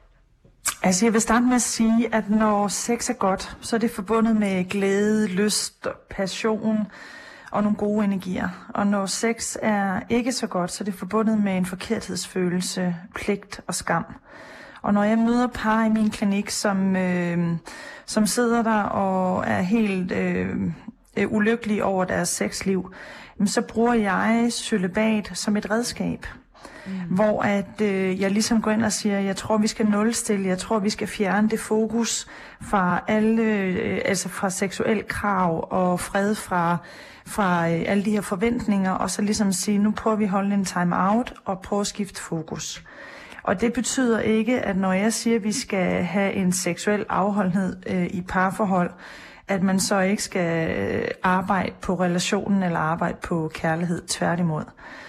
Altså, jeg vil starte med at sige, at når sex er godt, så er det forbundet med glæde, lyst, passion og nogle gode energier. Og når sex er ikke så godt, så er det forbundet med en forkerthedsfølelse, pligt og skam. Og når jeg møder par i min klinik, som, øh, som sidder der og er helt øh, ulykkelige over deres sexliv, så bruger jeg cølibat som et redskab, mm. hvor at øh, jeg ligesom går ind og siger, jeg tror vi skal nulstille, jeg tror vi skal fjerne det fokus fra alle, øh, altså fra seksuel krav og fred fra fra øh, alle de her forventninger, og så ligesom sige, nu prøver vi at holde en time out og prøve at skifte fokus. Og det betyder ikke, at når jeg siger, at vi skal have en seksuel afholdenhed øh, i parforhold, at man så ikke skal arbejde på relationen eller arbejde på kærlighed, tværtimod.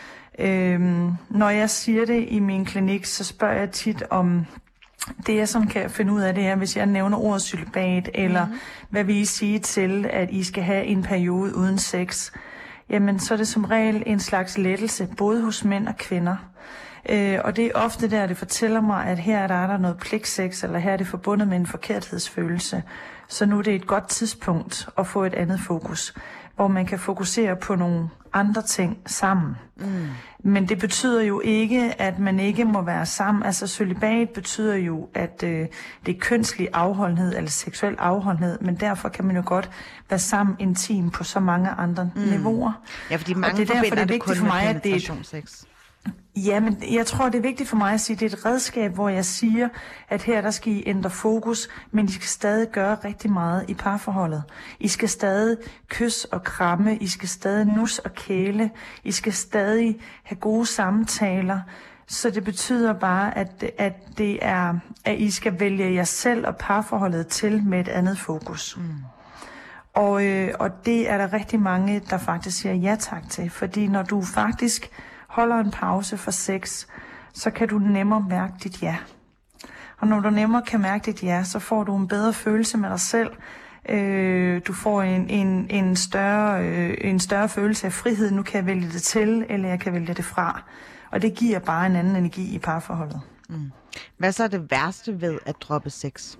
Øhm, når jeg siger det i min klinik, så spørger jeg tit om det, jeg som kan finde ud af det her, hvis jeg nævner ordet cølibat, eller mm-hmm. hvad vil I sige til, at I skal have en periode uden sex, jamen så er det som regel en slags lettelse, både hos mænd og kvinder. Øh, og det er ofte der, det fortæller mig, at her er der, er der noget pligtsex, eller her er det forbundet med en forkerthedsfølelse. Så nu er det et godt tidspunkt at få et andet fokus, hvor man kan fokusere på nogle andre ting sammen. Mm. Men det betyder jo ikke, at man ikke må være sammen. Altså cølibat betyder jo, at øh, det er kønslig afholdenhed eller seksuel afholdenhed, men derfor kan man jo godt være sammen intim på så mange andre mm. niveauer. Ja, fordi mange og det er derfor, det er vigtigt for mig, at det er Ja, men jeg tror, det er vigtigt for mig at sige, at det er et redskab, hvor jeg siger, at her der skal I ændre fokus, men I skal stadig gøre rigtig meget i parforholdet. I skal stadig kysse og kramme, I skal stadig nus og kæle, I skal stadig have gode samtaler. Så det betyder bare, at, at, det er, at I skal vælge jer selv og parforholdet til med et andet fokus. Mm. Og, øh, og det er der rigtig mange, der faktisk siger ja tak til, fordi når du faktisk holder en pause for sex, så kan du nemmere mærke dit ja. Og når du nemmere kan mærke dit ja, så får du en bedre følelse med dig selv. Øh, du får en, en, en, større, øh, en større følelse af frihed. Nu kan jeg vælge det til, eller jeg kan vælge det fra. Og det giver bare en anden energi i parforholdet. Mm. Hvad så er det værste ved at droppe sex?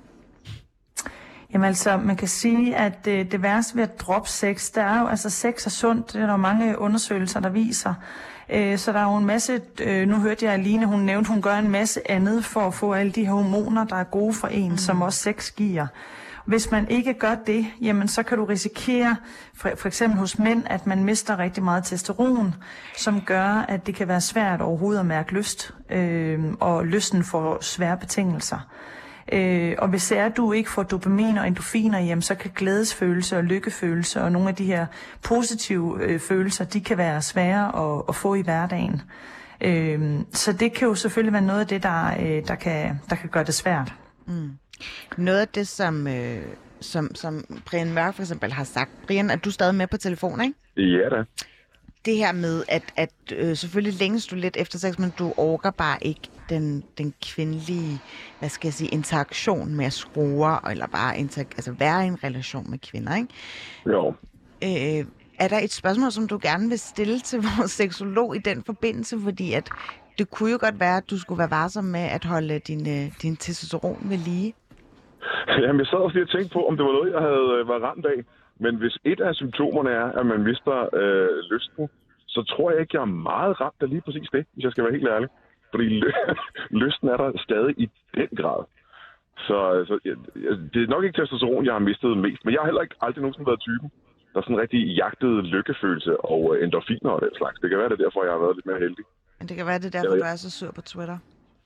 Jamen altså, man kan sige, at det, det værste ved at droppe sex, der er jo, altså sex er sundt. Det er der mange undersøgelser, der viser. Så der er jo en masse, nu hørte jeg Aline, hun nævnte, hun gør en masse andet for at få alle de hormoner, der er gode for en, mm. som også sex giver. Hvis man ikke gør det, jamen så kan du risikere, for, for eksempel hos mænd, at man mister rigtig meget testosteron, som gør, at det kan være svært overhovedet at mærke lyst, øh, og lysten får svære betingelser. Øh, og hvis det er, at du ikke får dopamin og endorfiner, jamen, så kan glædesfølelse og lykkefølelse og nogle af de her positive øh, følelser, de kan være svære at, at få i hverdagen. Øh, så det kan jo selvfølgelig være noget af det, der, øh, der, kan, der kan gøre det svært. Mm. Noget af det, som, øh, som, som Brian Mørk for eksempel har sagt. Brian, er du stadig med på telefon, ikke? Ja da. Det her med, at, at øh, selvfølgelig længes du lidt efter sex, men du orker bare ikke den, den kvindelige, hvad skal jeg sige, interaktion med skruer, eller bare inter- altså være i en relation med kvinder, ikke? Jo. Øh, Er der et spørgsmål, som du gerne vil stille til vores seksolog i den forbindelse? Fordi at det kunne jo godt være, at du skulle være varsom med at holde din, din testosteron ved lige. Jamen, jeg sad også lige og tænkte på, om det var noget, jeg havde været ramt af. Men hvis et af symptomerne er, at man mister øh, lysten, så tror jeg ikke, jeg er meget ramt af lige præcis det, hvis jeg skal være helt ærlig. Fordi lysten er der stadig i den grad. Så, så ja, det er nok ikke testosteron, jeg har mistet mest. Men jeg har heller ikke aldrig nogensinde været typen, der sådan rigtig jagtede lykkefølelse og endorfiner og den slags. Det kan være, det er derfor, jeg har været lidt mere heldig. Men det kan være, det er derfor, du er så sur på Twitter.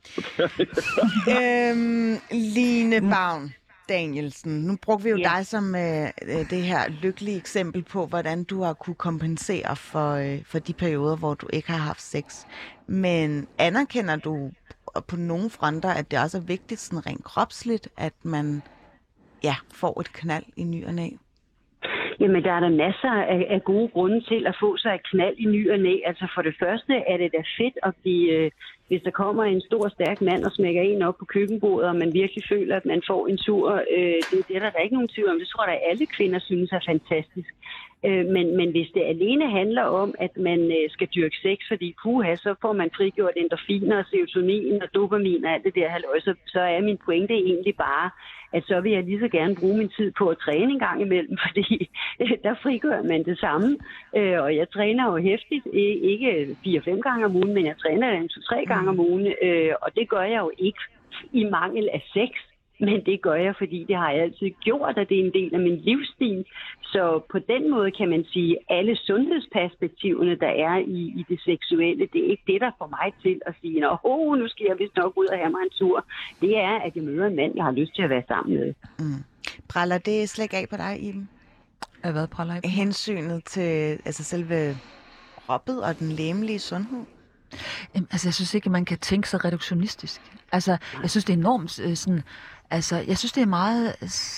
øhm, Line Bavn Danielsen, nu brugte vi jo ja. dig som øh, det her lykkelige eksempel på, hvordan du har kunne kompensere for, øh, for de perioder, hvor du ikke har haft sex. Men anerkender du på nogle fronter, at det også er vigtigt sådan rent kropsligt, at man ja, får et knald i ny og næ? Jamen, der er der masser af, af gode grunde til at få sig et knald i ny og næ. Altså for det første er det da fedt at blive, øh, hvis der kommer en stor, stærk mand og smækker en op på køkkenbordet, og man virkelig føler, at man får en tur. Øh, det, det er der da ikke nogen tvivl om. Det tror jeg, at alle kvinder synes er fantastisk. Øh, men, men hvis det alene handler om, at man øh, skal dyrke sex, fordi puha, så får man frigjort endorfiner, serotonin og dopamin og alt det der halløj, så, så er min pointe egentlig bare, at så vil jeg lige så gerne bruge min tid på at træne en gang imellem, fordi øh, der frigør man det samme. Øh, og jeg træner jo hæftigt, ikke fire-fem gange om ugen, men jeg træner en to-tre gange om ugen, øh, og det gør jeg jo ikke i mangel af sex. Men det gør jeg, fordi det har jeg altid gjort, og det er en del af min livsstil. Så på den måde kan man sige, at alle sundhedsperspektiverne, der er i, i det seksuelle, det er ikke det, der får mig til at sige, at oh, nu skal jeg vist nok ud og have mig en tur. Det er, at jeg møder en mand, jeg har lyst til at være sammen med. Mm. Praller det slet af på dig, Iben? Af hvad praller af på? Hensynet til altså selve kroppet og den legemlige sundhed? Jamen, altså, jeg synes ikke, at man kan tænke så reduktionistisk. Altså, jeg synes, det er enormt øh, sådan... Altså, jeg synes, det er meget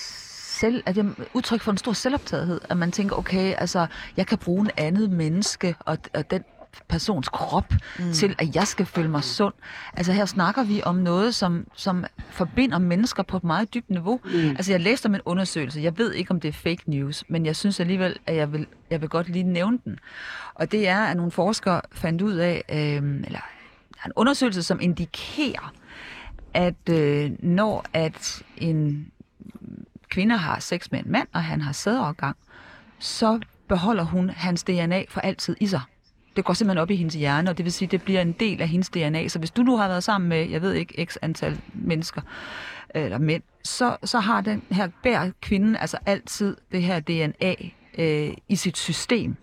selv, at det er udtryk for en stor selvoptagethed, at man tænker, okay, altså, jeg kan bruge en andet menneske og, og den persons krop mm. til, at jeg skal føle mig sund. Altså, her snakker vi om noget, som, som forbinder mennesker på et meget dybt niveau. Mm. Altså, jeg læste om en undersøgelse. Jeg ved ikke, om det er fake news, men jeg synes alligevel, at jeg vil, jeg vil godt lige nævne den. Og det er, at nogle forskere fandt ud af, øh, eller en undersøgelse, som indikerer, at øh, når at en kvinde har sex med en mand, og han har sædeorgang, så beholder hun hans D N A for altid i sig. Det går simpelthen op i hendes hjerne, og det vil sige, at det bliver en del af hendes D N A. Så hvis du nu har været sammen med, jeg ved ikke, x antal mennesker, eller mænd, så, så har den her bærer kvinden altså altid det her D N A øh, i sit system.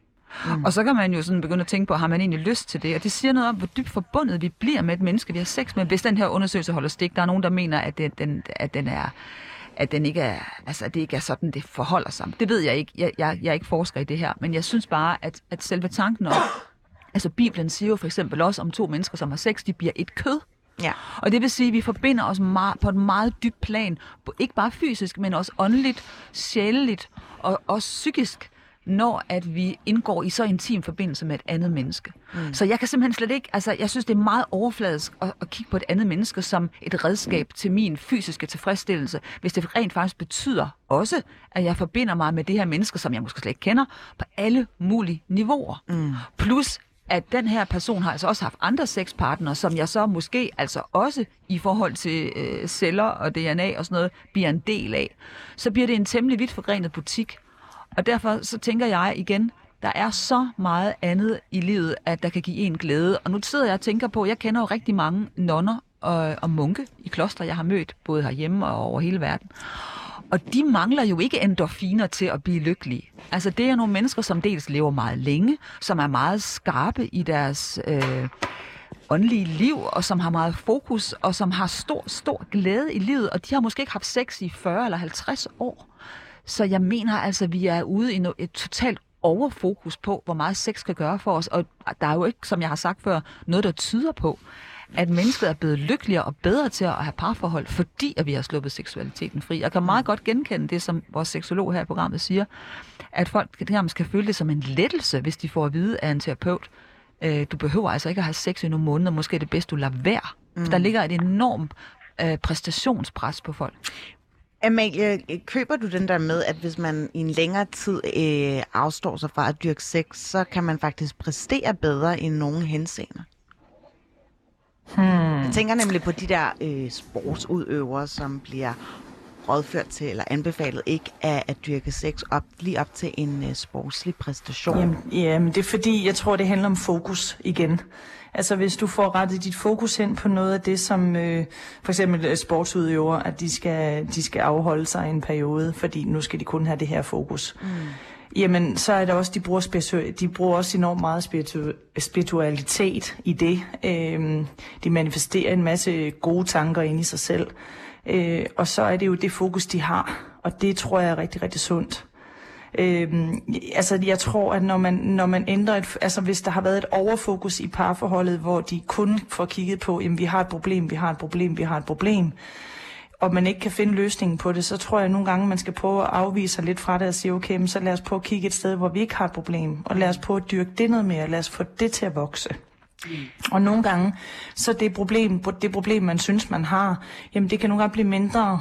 Mm. Og så kan man jo sådan begynde at tænke på, har man egentlig lyst til det? Og det siger noget om, hvor dybt forbundet vi bliver med et menneske, vi har sex med. Hvis den her undersøgelse holder stik, der er nogen, der mener, at, det, den, at den er... at den ikke er, altså, at det ikke er sådan, det forholder sig. Det ved jeg ikke. Jeg, jeg, jeg er ikke forsker i det her, men jeg synes bare, at, at selve tanken om, altså Bibelen siger jo for eksempel også om to mennesker, som har sex, de bliver et kød. Ja. Og det vil sige, at vi forbinder os meget, på et meget dybt plan, ikke bare fysisk, men også åndeligt, sjæleligt og også psykisk, når at vi indgår i så intim forbindelse med et andet menneske. Mm. Så jeg kan simpelthen slet ikke, altså jeg synes, det er meget overfladisk at, at kigge på et andet menneske som et redskab til min fysiske tilfredsstillelse, hvis det rent faktisk betyder også, at jeg forbinder mig med det her menneske, som jeg måske slet ikke kender, på alle mulige niveauer. Mm. Plus, at den her person har altså også haft andre sexpartnere, som jeg så måske altså også i forhold til øh, celler og D N A og sådan noget, bliver en del af. Så bliver det en temmelig vidt forgrenet butik. Og derfor så tænker jeg igen, der er så meget andet i livet, at der kan give en glæde. Og nu sidder jeg og tænker på, jeg kender jo rigtig mange nonner og, og munke i klostre, jeg har mødt, både herhjemme og over hele verden. Og de mangler jo ikke endorfiner til at blive lykkelige. Altså det er nogle mennesker, som dels lever meget længe, som er meget skarpe i deres øh, åndelige liv, og som har meget fokus, og som har stor, stor glæde i livet. Og de har måske ikke haft sex i fyrre eller halvtreds år. Så jeg mener altså, at vi er ude i et totalt overfokus på, hvor meget sex kan gøre for os. Og der er jo ikke, som jeg har sagt før, noget, der tyder på, at mennesket er blevet lykkeligere og bedre til at have parforhold, fordi at vi har sluppet seksualiteten fri. Jeg kan meget godt genkende det, som vores seksolog her i programmet siger, at folk nærmest kan føle det som en lettelse, hvis de får at vide af en terapeut. Du behøver altså ikke at have sex i nogle måneder, måske er det bedst, du lader være. Mm. Der ligger et enormt øh, præstationspres på folk. Amalie, køber du den der med, at hvis man i en længere tid øh, afstår sig fra at dyrke sex, så kan man faktisk præstere bedre i nogle henseender? Hmm. Jeg tænker nemlig på de der øh, sportsudøvere, som bliver rådført til eller anbefalet ikke at, at dyrke sex op, lige op til en øh, sportslig præstation. Jamen, jamen, det er fordi, jeg tror, det handler om fokus igen. Altså hvis du får rettet dit fokus hen på noget af det, som øh, for eksempel sportsudøvere, at de skal, de skal afholde sig en periode, fordi nu skal de kun have det her fokus. Mm. Jamen, så er der også, de bruger, spiritu- de bruger også enormt meget spiritu- spiritualitet i det. Øh, de manifesterer en masse gode tanker ind i sig selv. Øh, og så er det jo det fokus, de har. Og det tror jeg er rigtig, rigtig sundt. Øhm, altså jeg tror, at når man, når man ændrer et, altså hvis der har været et overfokus i parforholdet, hvor de kun får kigget på, jamen vi har et problem, vi har et problem, vi har et problem, og man ikke kan finde løsningen på det, så tror jeg at nogle gange, man skal prøve at afvise sig lidt fra det og sige, okay, men så lad os prøve at kigge et sted, hvor vi ikke har et problem, og lad os prøve at dyrke det noget mere, lad os få det til at vokse. Mm. Og nogle gange, så det problem, det problem, man synes, man har, jamen det kan nogle gange blive mindre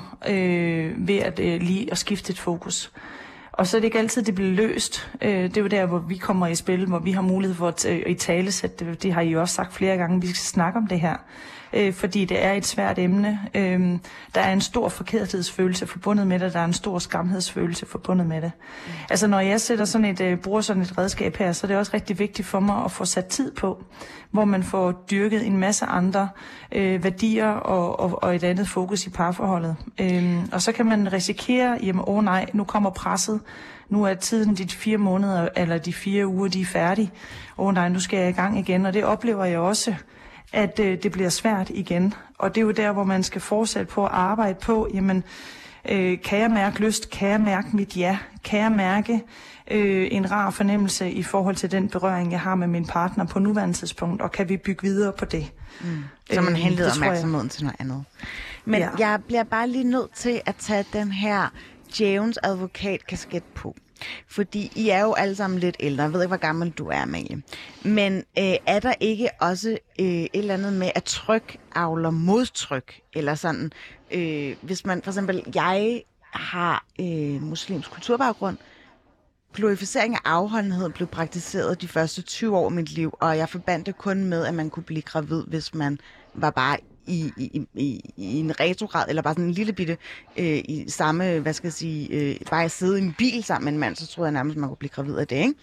øh, ved at øh, lige at skifte et fokus. Og så er det ikke altid, det bliver løst. Det er jo der, hvor vi kommer i spil, hvor vi har mulighed for at italesætte det. Det har I jo også sagt flere gange, vi skal snakke om det her. Fordi det er et svært emne. Der er en stor forkerthedsfølelse forbundet med det, der er en stor skamhedsfølelse forbundet med det. Mm. Altså når jeg sætter sådan et, bruger sådan et redskab her, så er det også rigtig vigtigt for mig at få sat tid på, hvor man får dyrket en masse andre øh, værdier og, og, og et andet fokus i parforholdet. Øhm, og så kan man risikere, jamen åh oh, nej, nu kommer presset, nu er tiden de fire måneder, eller de fire uger, de er færdige. Åh oh, nej, nu skal jeg i gang igen, og det oplever jeg også, at øh, det bliver svært igen. Og det er jo der, hvor man skal fortsætte på at arbejde på, jamen, øh, kan jeg mærke lyst, kan jeg mærke mit ja, kan jeg mærke øh, en rar fornemmelse i forhold til den berøring, jeg har med min partner på nuværende tidspunkt, og kan vi bygge videre på det? Mm. Så man henleder opmærksomheden til noget andet. Men ja. Jeg bliver bare lige nødt til at tage den her djævelens advokat-kasket på. Fordi I er jo alle sammen lidt ældre. Jeg ved ikke, hvor gammel du er, Amalie. Men øh, er der ikke også øh, et eller andet med, at tryk avler modtryk? Eller sådan, øh, hvis man for eksempel, jeg har øh, muslimsk kulturbaggrund, glorificering af afholdenhed blev praktiseret de første tyve år af mit liv, og jeg forbandt det kun med, at man kunne blive gravid, hvis man var bare i, i, i, i en retrograd, eller bare sådan en lille bitte, øh, i samme, hvad skal jeg sige, øh, bare at sidde i en bil sammen med en mand, så troede jeg nærmest, man kunne blive gravid af det, ikke?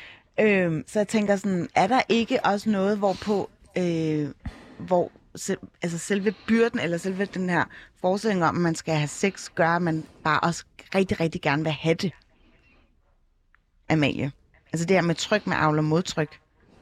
Øh, så jeg tænker sådan, er der ikke også noget, hvorpå, øh, hvor selv, altså selve byrden, eller selve den her forestilling om, at man skal have sex, gør, at man bare også rigtig, rigtig gerne vil have det? Amalie. Altså det her med tryk med avl og modtryk.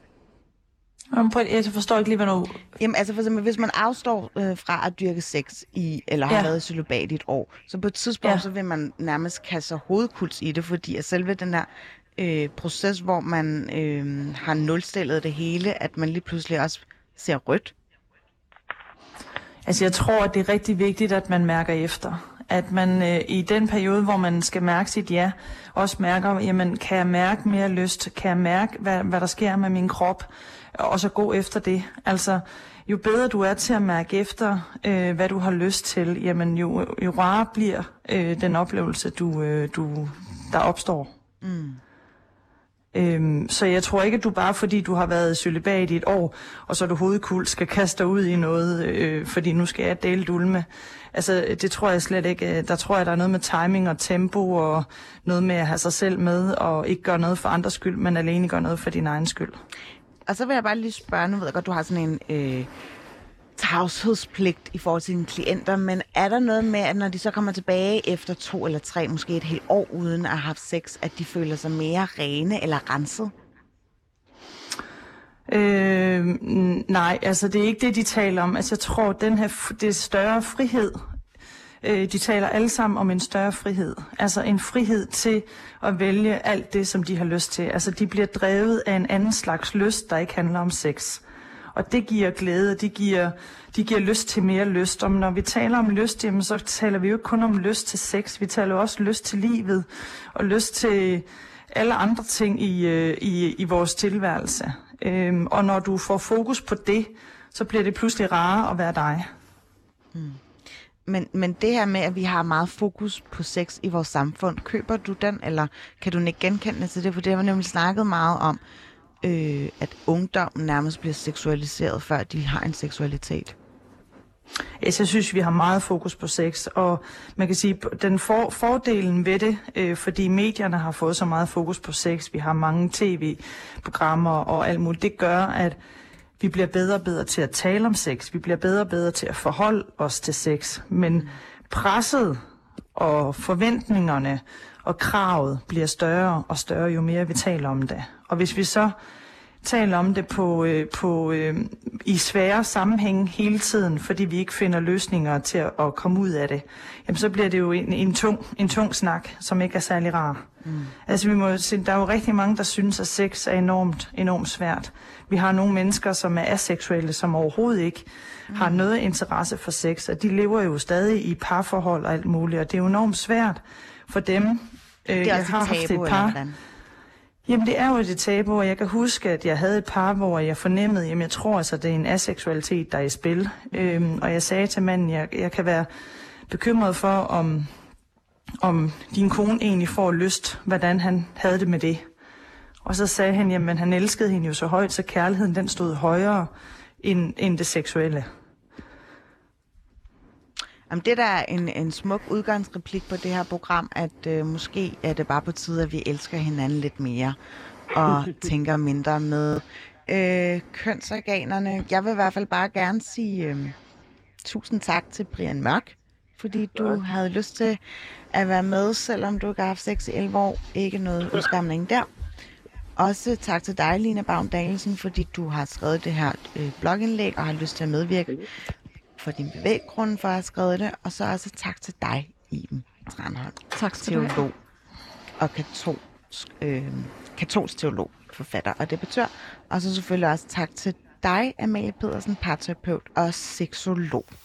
Jeg forstår ikke lige, hvad du... Jamen altså for eksempel, hvis man afstår øh, fra at dyrke sex i, eller har ja. været celibat i et år, så på et tidspunkt, ja. så vil man nærmest kaste sig hovedkuls i det, fordi at selve den her øh, proces, hvor man øh, har nulstillet det hele, at man lige pludselig også ser rødt. Altså jeg tror, at det er rigtig vigtigt, at man mærker efter. At man øh, i den periode, hvor man skal mærke sit ja, også mærker, jamen kan jeg mærke mere lyst? Kan jeg mærke, hvad, hvad der sker med min krop? Og så gå efter det. Altså, jo bedre du er til at mærke efter, øh, hvad du har lyst til, jamen jo, jo rarere bliver øh, den oplevelse, du, øh, du, der opstår. Mm. Øhm, så jeg tror ikke, at du bare fordi du har været celibat i et år, og så er du hovedkul, skal kaste dig ud i noget, øh, fordi nu skal jeg dele dulme. Altså, det tror jeg slet ikke. Der tror jeg, der er noget med timing og tempo, og noget med at have sig selv med, og ikke gøre noget for andres skyld, men alene gøre noget for din egen skyld. Og så vil jeg bare lige spørge, nu ved jeg godt, du har sådan en øh, tavshedspligt i forhold til dine klienter, men er der noget med, at når de så kommer tilbage efter to eller tre, måske et helt år uden at have haft sex, at de føler sig mere rene eller renset? Øh, nej, altså det er ikke det, de taler om. Altså jeg tror, den her, det er større frihed. Øh, de taler alle sammen om en større frihed. Altså en frihed til at vælge alt det, som de har lyst til. Altså de bliver drevet af en anden slags lyst, der ikke handler om sex. Og det giver glæde, det giver, de giver lyst til mere lyst. Og når vi taler om lyst, jamen, så taler vi jo ikke kun om lyst til sex. Vi taler også lyst til livet og lyst til alle andre ting i, i, i vores tilværelse. Øhm, og når du får fokus på det, så bliver det pludselig rarere at være dig. Mm. Men, men det her med, at vi har meget fokus på sex i vores samfund, køber du den, eller kan du ikke genkende til det? For det har vi nemlig snakket meget om, øh, at ungdommen nærmest bliver seksualiseret, før de har en seksualitet. Jeg synes, vi har meget fokus på sex, og man kan sige, den for, fordelen ved det, øh, fordi medierne har fået så meget fokus på sex, vi har mange tv-programmer og alt muligt, det gør, at vi bliver bedre og bedre til at tale om sex, vi bliver bedre og bedre til at forholde os til sex, men presset og forventningerne og kravet bliver større og større, jo mere vi taler om det. Og hvis vi så taler om det på, øh, på, øh, i svære sammenhæng hele tiden, fordi vi ikke finder løsninger til at, at komme ud af det, jamen så bliver det jo en, en, tung, en tung snak, som ikke er særlig rar. Mm. Altså vi må se, der er jo rigtig mange, der synes, at sex er enormt, enormt svært. Vi har nogle mennesker, som er aseksuelle, som overhovedet ikke mm. har noget interesse for sex, og de lever jo stadig i parforhold og alt muligt, og det er jo enormt svært for dem. Øh, det er også et tabu, eller hvordan? Jamen, det er jo et tabu, og jeg kan huske, at jeg havde et par, hvor jeg fornemmede, jamen, jeg tror altså, det er en aseksualitet, der er i spil. Øhm, og jeg sagde til manden, jeg, jeg kan være bekymret for, om, om din kone egentlig får lyst, hvordan han havde det med det. Og så sagde han, jamen, han elskede hende jo så højt, så kærligheden, den stod højere end, end det seksuelle. Jamen, det der er en, en smuk udgangsreplik på det her program, at øh, måske er det bare på tide, at vi elsker hinanden lidt mere og tænker mindre med øh, kønsorganerne. Jeg vil i hvert fald bare gerne sige øh, tusind tak til Brian Mørk, fordi du havde lyst til at være med, selvom du ikke har haft sex i elleve år. Ikke noget udskamning der. Også tak til dig, Line Baum Danielsen, fordi du har skrevet det her øh, blogindlæg og har lyst til at medvirke for din bevæggrund for at have skrevet det, og så også tak til dig, Iben Tranholm. Tak skal du have. Teolog og katolsk, øh, katolsk teolog, forfatter og debattør. Og så selvfølgelig også tak til dig, Amalie Pedersen, parterapeut og seksolog.